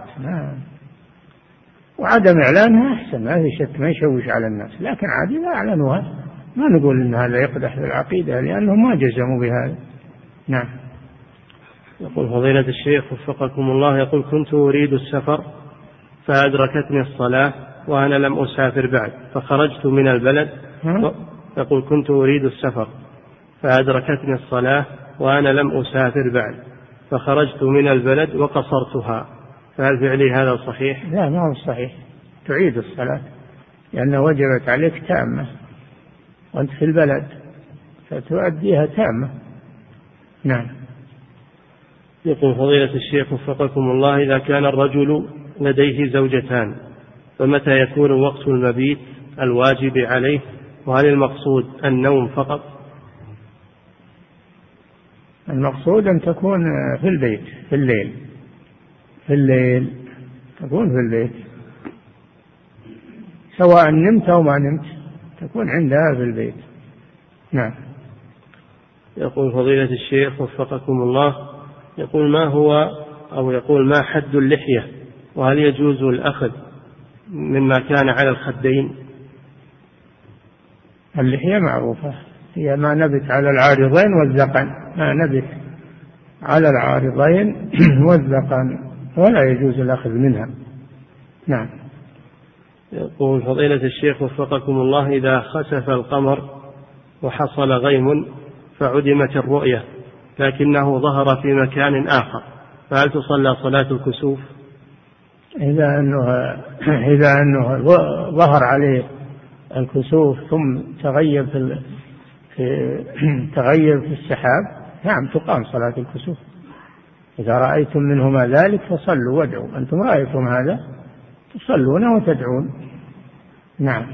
وعدم إعلانها أحسن، ما في شك، ما يشوش على الناس، لكن عادي لا أعلنوها، ما نقول إن هذا يقدح في العقيدة لأنهم ما جزموا بهذا. نعم. يقول فضيلة الشيخ وفقكم الله، يقول كنت أريد السفر فأدركتني الصلاة وأنا لم أسافر بعد فخرجت من البلد يقول كنت أريد السفر فأدركتني الصلاة وأنا لم أسافر بعد فخرجت من البلد وقصرتها، فهل فعلي هذا صحيح؟ لا، ما هو صحيح، تعيد الصلاة لأنه وجبت عليك تامة وأنت في البلد فتؤديها تامة. نعم. يقول فضيلة الشيخ وفقكم الله، إذا كان الرجل لديه زوجتان فمتى يكون وقت المبيت الواجب عليه، وهل المقصود النوم فقط؟ المقصود أن تكون في البيت في الليل تكون في البيت، سواء نمت أو ما نمت تكون عندها في البيت. نعم. يقول فضيلة الشيخ وفقكم الله، يقول ما حد اللحية، وهل يجوز الأخذ مما كان على الخدين؟ اللحية معروفة هي ما نبت على العارضين والذقن، ما نبت على العارضين والذقن ولا يجوز الأخذ منها. نعم. يقول فضيلة الشيخ وفقكم الله، إذا خسف القمر وحصل غيم فعدمت الرؤية لكنه ظهر في مكان آخر، فهل تصلى صلاة الكسوف؟ إذا أنه ظهر عليه الكسوف ثم تغير في السحاب، نعم تقام صلاة الكسوف. إذا رأيتم منهما ذلك فصلوا وادعوا. أنتم رأيتم هذا تصلون وتدعون. نعم.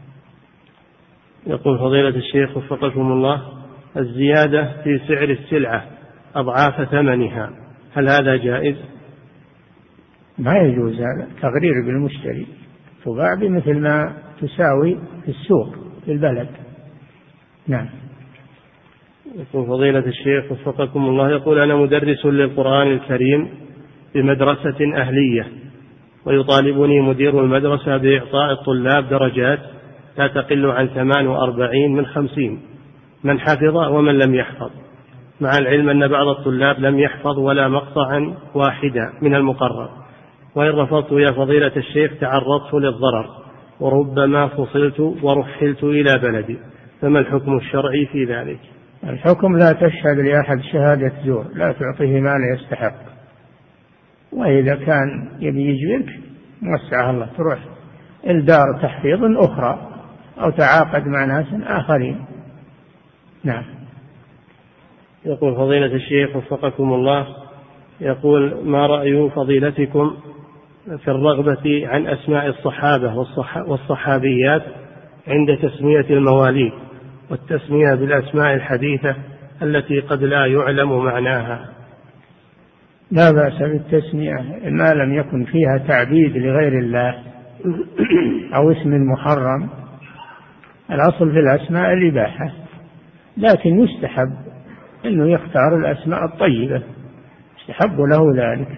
يقول فضيلة الشيخ وفقكم الله: الزيادة في سعر السلعة أضعاف ثمنها، هل هذا جائز؟ ما يجوز هذا، تغرير بالمشتري، تباع بمثل ما تساوي في السوق في البلد. نعم. يقول فضيلة الشيخ وفقكم الله: يقول أنا مدرس للقرآن الكريم بمدرسة أهلية، ويطالبني مدير المدرسة بإعطاء الطلاب درجات لا تقل عن 48 من 50 من حفظ ومن لم يحفظ، مع العلم أن بعض الطلاب لم يحفظ ولا مقطعا واحدا من المقرر، وإن رفضت يا فضيلة الشيخ تعرضت للضرر وربما فصلت ورحلت إلى بلدي، فما الحكم الشرعي في ذلك؟ الحكم لا تشهد لأحد شهادة زور، لا تعطيه ما لا يستحق، وإذا كان يبي يجبرك وسعها الله، تروح الدار تحفيظ أخرى أو تعاقد مع ناس آخرين. نعم. يقول فضيلة الشيخ وفقكم الله: يقول ما رأي فضيلتكم في الرغبة عن أسماء الصحابة والصحابيات عند تسمية المواليد والتسمية بالأسماء الحديثة التي قد لا يعلم معناها؟ لا بأس بالتسمية ما لم يكن فيها تعبيد لغير الله أو اسم محرم. الأصل في الأسماء الإباحة، لكن يستحب أنه يختار الأسماء الطيبة، يستحب له ذلك.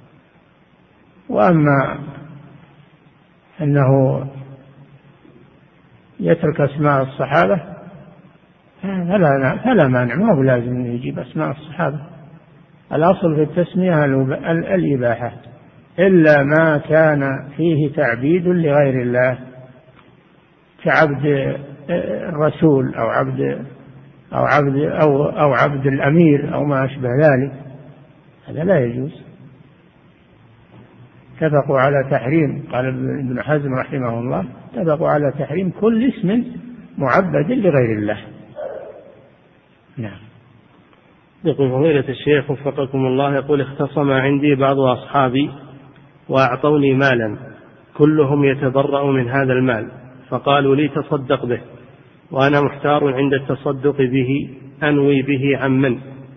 وأما أنه يترك أسماء الصحابة فلا مانع، ما هو لازم أن يجيب أسماء الصحابة. الأصل في التسمية الإباحة، إلا ما كان فيه تعبيد لغير الله كعبد الرسول أو عبد الأمير أو ما أشبه ذلك، هذا لا يجوز. اتفقوا على تحريم، قال ابن حزم رحمه الله، اتفقوا على تحريم كل اسم معبد لغير الله. نعم. يقول فضيلة الشيخ وفقكم الله: يقول اختصم عندي بعض أصحابي وأعطوني مالا كلهم يتبرأ من هذا المال، فقالوا لي تصدق به، وأنا محتار عند التصدق به، أنوي به عن من؟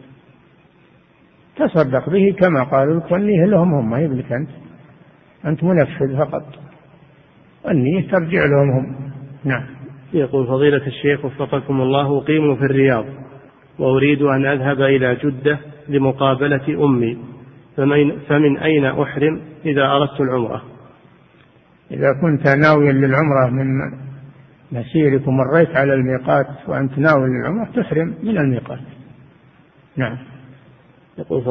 تصدق به كما قالوا لك، والنية لهم هم، يبلك أنت منفذ فقط، والنية ترجع لهم هم. نعم. يقول فضيلة الشيخ وفقكم الله: أقيم في الرياض وأريد أن أذهب إلى جدة لمقابلة أمي، فمن أين أحرم إذا أردت العمرة؟ إذا كنت ناويا للعمرة من مسيرك ومريت على الميقات وأنت ناوي للعمرة تحرم من الميقات. نعم. يقول